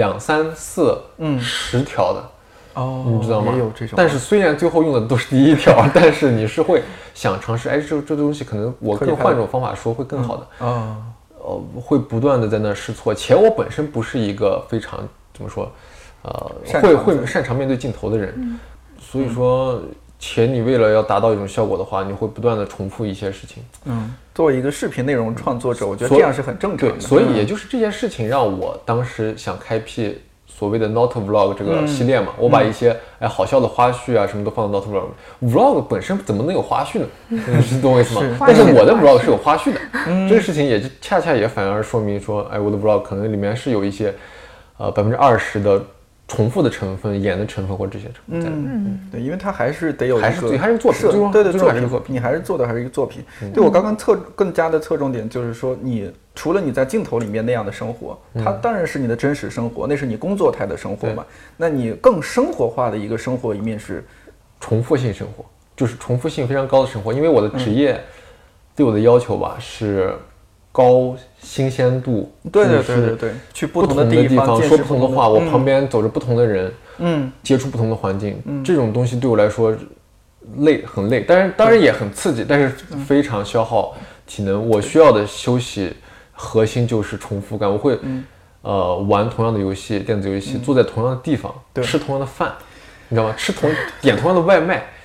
2、3、4、10条的，你知道吗？ 也有这种。 但是虽然最后用的都是第一条，但是你是会想尝试，这东西可能我更换种方法说会更好的会不断的在那试错。且我本身不是一个非常怎么说，会擅长面对镜头的人，所以说。且你为了要达到一种效果的话，你会不断的重复一些事情。 作为一个视频内容创作者，我觉得这样是很正常的。 所以也就是这件事情让我当时想开辟所谓的 Not Vlog 这个系列嘛，我把一些好笑的花絮啊什么都放到 Not Vlog。Vlog 本身怎么能有花絮呢？是懂我意思吗？但是我的 Vlog 是有花絮的。这个事情也恰恰也反而说明说，我的 Vlog 可能里面是有一些20%的。重复的成分、演的成分或这些成分在对，因为它还是得有一个还是作品， 对作品，你还是做的还是一个作品。对，我刚刚更加的侧重点就是说，你除了你在镜头里面那样的生活，它当然是你的真实生活，那是你工作态的生活嘛。那你更生活化的一个生活一面是重复性生活，就是重复性非常高的生活。因为我的职业对我的要求吧是。高新鲜度， 对，去不同的地方说不同的话，我旁边走着不同的人，接触不同的环境，这种东西对我来说很累，当然也很刺激，但是非常消耗体能。我需要的休息核心就是重复感，我会玩同样的游戏，电子游戏，坐在同样的地方，吃同样的饭，你知道吗？点同样的外卖。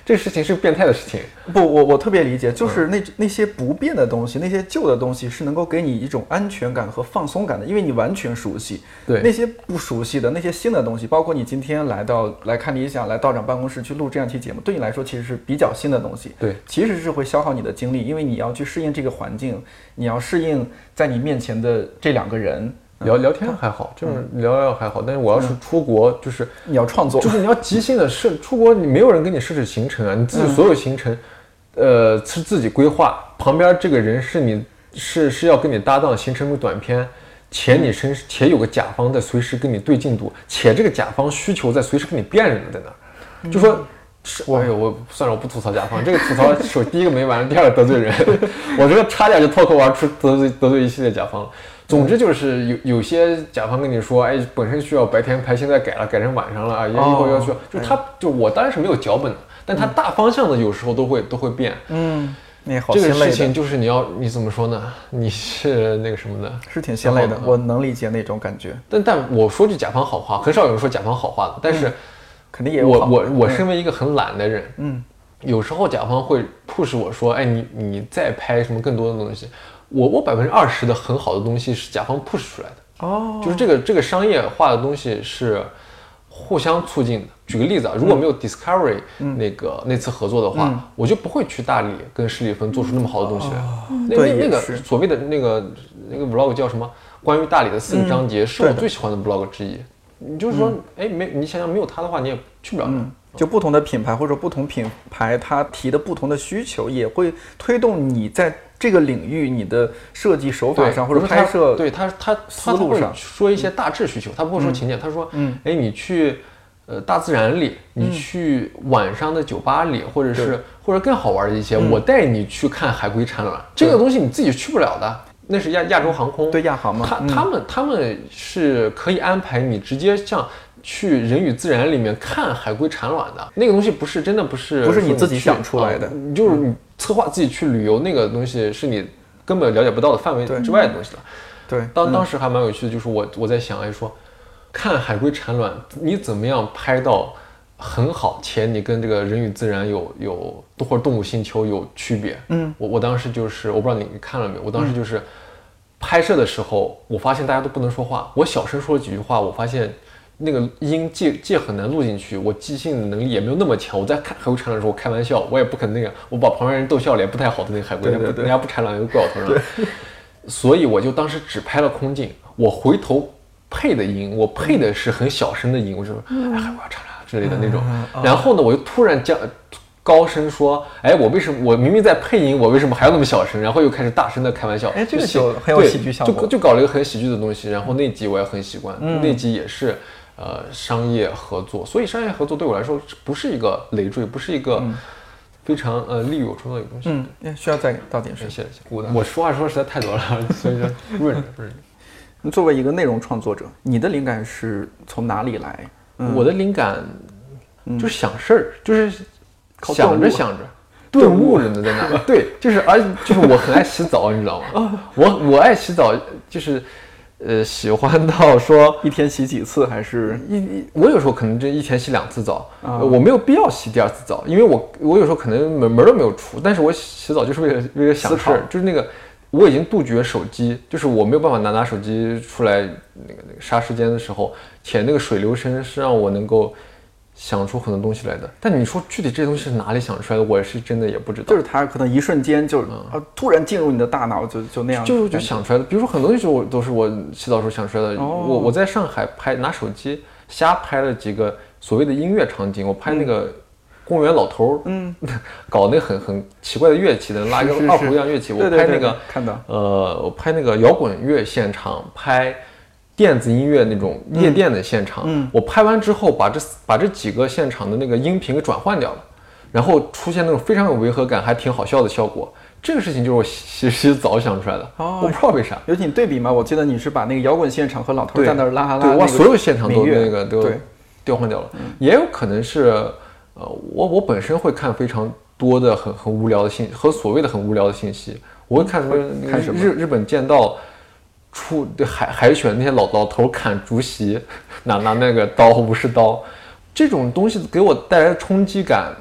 这个事情是变态的事情。 不，我特别理解，就是那些不变的东西，那些旧的东西是能够给你一种安全感和放松感的，因为你完全熟悉。 对， 那些不熟悉的那些新的东西，包括你今天来看理想，来道长办公室去录这样一期节目，对你来说其实是比较新的东西。 对， 其实是会消耗你的精力，因为你要去适应这个环境，你要适应在你面前的这2个人。 聊天还好，就是聊还好，但是我要是出国，就是你要创作， 就是你要即兴的出国，你没有人给你设置行程啊，你自己所有行程，是自己规划。旁边这个人是要跟你搭档形成个短片，且有个甲方在随时跟你对进度，且这个甲方需求在随时跟你辨认的在那儿，就说。哎呦，我算了，我不吐槽甲方，这个吐槽第一个没完，第二个得罪人，我这个差点就脱口而出得罪一系列甲方了。总之就是有些甲方跟你说，哎，本身需要白天拍，现在改成晚上了啊，以后要需要，就我当然是没有脚本的，但他大方向的有时候都会变。 那好这个事情就是你怎么说呢？你是那个什么的， 是挺心累的，我能理解那种感觉。 但我说句甲方好话，很少有人说甲方好话的，但是。 肯定也有我身为一个很懒的人，有时候甲方会 push 我说，哎，你再拍什么更多的东西，我20%的很好的东西是甲方 push 出来的，就是这个商业化的东西是互相促进的。举个例子啊，如果没有 Discovery 那次合作的话，我就不会去大理跟施里芬做出那么好的东西来。那个所谓的那个 vlog 叫什么？关于大理的4个章节，是我最喜欢的 vlog 之一。你就是说，你想想没有他的话，你也去不了。 就不同的品牌或者不同品牌，它提的不同的需求，也会推动你在这个领域你的设计手法上或者拍摄思路上说一些大致需求，他不会说情节，他说，你去大自然里，你去晚上的酒吧里，或者更好玩的一些，我带你去看海龟产卵，这个东西你自己去不了的。那是亚洲航空， 对亚航嘛， 他们是可以安排你直接像去人与自然里面看海龟产卵的，那个东西不是你自己想出来的， 就是你策划自己去旅游，那个东西是你根本了解不到的范围之外的东西了。 对， 当时还蛮有趣的，就是我在想，说看海龟产卵，你怎么样拍到很好，且你跟这个人与自然有或者动物星球有区别。我当时就是我不知道你看了没有，我当时就是拍摄的时候，我发现大家都不能说话，我小声说了几句话，我发现那个音界很难录进去，我即兴的能力也没有那么强。我在看海龟产卵的时候，我开玩笑，我也不可能我把旁边人逗笑脸不太好的那个海龟，人家不产卵又怪我头上，所以我就当时只拍了空镜，我回头配的音，我配的是很小声的音，我就说海龟要产卵之类的那种。然后呢，我又突然高声说，我明明在配音，我为什么还要那么小声？然后又开始大声的开玩笑， 这个就很有喜剧效果， 就搞了一个很喜剧的东西。然后那集我也很习惯，那集也是商业合作，所以商业合作对我来说不是一个累赘，不是一个非常利于我创造的东西。 需要再到点是。 谢谢。我说话说实在太多了，所以说润着。 作为一个内容创作者，你的灵感是从哪里来？ 我的灵感就是想事儿，就是想着顿悟着呢，在那。对，就是我很爱洗澡，你知道吗？我爱洗澡，就是喜欢到说一天洗几次，还是我有时候可能这一天洗2次澡，我没有必要洗第2次澡，因为我有时候可能门都没有出，但是我洗澡就是为了想事儿，就是那个。我已经杜绝手机，就是我没有办法拿手机出来那个杀时间的时候，且那个水流声是让我能够想出很多东西来的。但你说具体这些东西是哪里想出来的，我是真的也不知道。 就是它可能一瞬间就突然进入你的大脑，就那样， 就想出来的。比如说很多东西都是我洗澡时候想出来的。我在上海拿手机瞎拍了几个所谓的音乐场景，我拍那个。公园老头搞那很奇怪的乐器的，拉一个二胡一样乐器。我拍那个看到， 我拍那个摇滚乐现场，拍电子音乐那种夜店的现场。我拍完之后，把这几个现场的那个音频给转换掉了，然后出现那种非常有违和感，还挺好笑的效果。这个事情就是我洗澡想出来的，我不知道为啥。 尤其你对比嘛，我记得你是把那个摇滚现场和老头在那儿拉哈拉， 对，所有现场都那个都调换掉了。也有可能是。我本身会看非常多的很无聊的信息和所谓的很无聊的信息，我会看什么日本剑道出海选那些老头砍竹席，拿那个刀不是刀，这种东西给我带来的冲击感，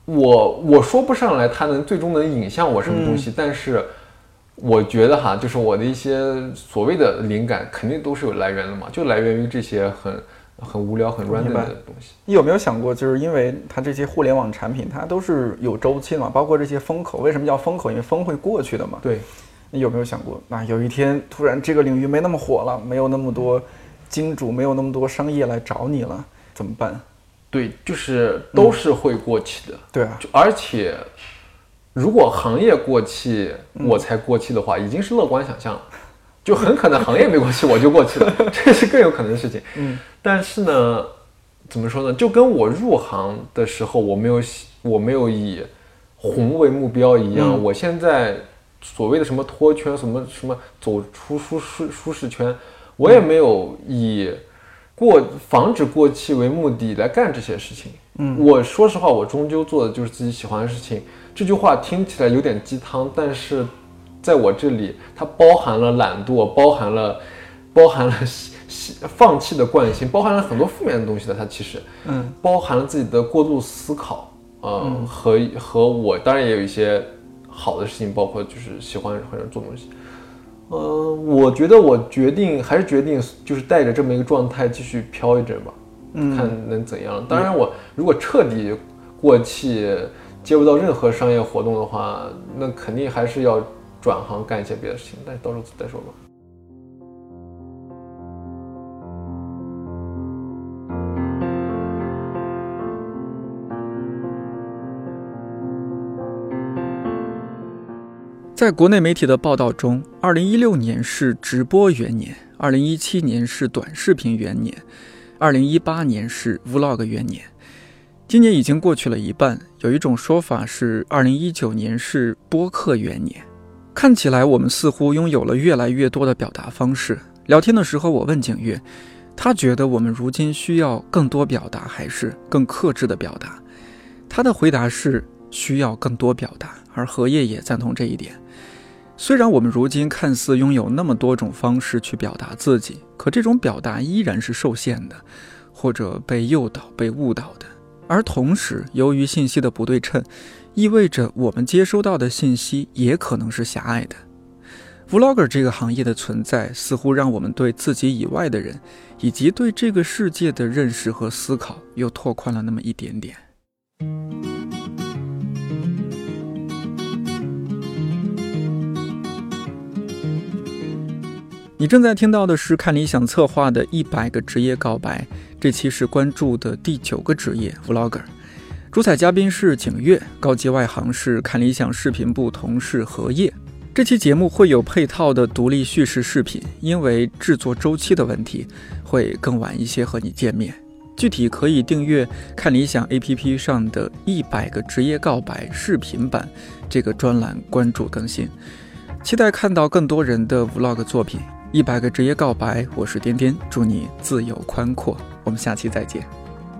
我说不上来它最终能引向我什么东西，但是我觉得哈，就是我的一些所谓的灵感肯定都是有来源的嘛，就来源于这些很无聊很 random 的东西。 你有没有想过，就是因为它这些互联网产品它都是有周期的嘛，包括这些风口，为什么叫风口？因为风会过去的嘛。 对， 你有没有想过，那有一天突然这个领域没那么火了，没有那么多金主，没有那么多商业来找你了，怎么办？ 对，就是都是会过期的。 对啊， 而且如果行业过气，我才过气的话，已经是乐观想象了。就很可能行业没过期，我就过期了，这是更有可能的事情。但是呢，怎么说呢？就跟我入行的时候，我没有以红为目标一样。我现在所谓的什么脱圈，什么走出舒适圈，我也没有以防止过气为目的来干这些事情。我说实话，我终究做的就是自己喜欢的事情。这句话听起来有点鸡汤，但是在我这里，它包含了懒惰，包含了放弃的惯性，包含了很多负面的东西的。它其实，包含了自己的过度思考，和我当然也有一些好的事情，包括就是喜欢做东西。我觉得我还是决定就是带着这么一个状态继续飘一阵吧，看能怎样。当然，我如果彻底过气，接不到任何商业活动的话，那肯定还是要转行干一些别的事情，但是到时候再说吧。 在国内媒体的报道中，2016年是直播元年，2017年是短视频元年，2018年是 Vlog 元年。今年已经过去了一半，有一种说法是2019年是播客元年。看起来我们似乎拥有了越来越多的表达方式。聊天的时候我问景岳，他觉得我们如今需要更多表达还是更克制的表达？他的回答是需要更多表达，而荷叶也赞同这一点。虽然我们如今看似拥有那么多种方式去表达自己，可这种表达依然是受限的，或者被诱导、被误导的。而同时，由于信息的不对称，意味着我们接收到的信息也可能是狭隘的。Vlogger 这个行业的存在，似乎让我们对自己以外的人，以及对这个世界的认识和思考，又拓宽了那么一点点。你正在听到的是看理想策划的100个职业告白，这期是关注的第9个职业 Vlogger。主采嘉宾是景岳，高级外行是看理想视频部同事荷叶。这期节目会有配套的独立叙事视频，因为制作周期的问题，会更晚一些和你见面。具体可以订阅看理想 APP 上的100个职业告白视频版这个专栏关注更新。期待看到更多人的 Vlog 作品。100个职业告白，我是颠颠，祝你自由宽阔，我们下期再见。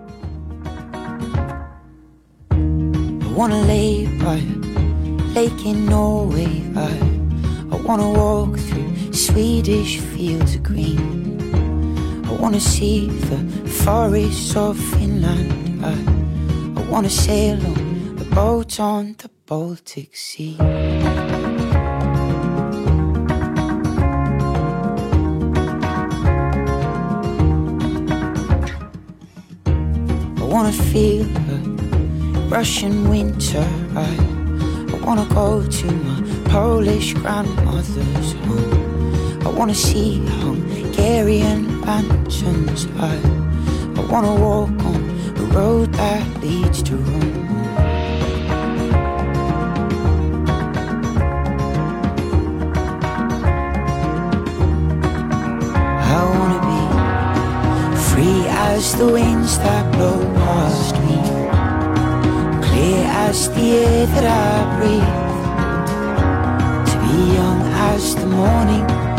I wanna lay by a lake in Norway. I wanna walk through Swedish fields of green. I wanna see the forests of Finland. I wanna sail on the boat on the Baltic Sea. I wanna feel the Russian winter. I wanna go to my Polish grandmother's home. I wanna see Hungarian mansions. I wanna walk on the road that leads to Rome. I wanna be free as the winds that blow past me, clear as the air that I breathe, to be young as the morning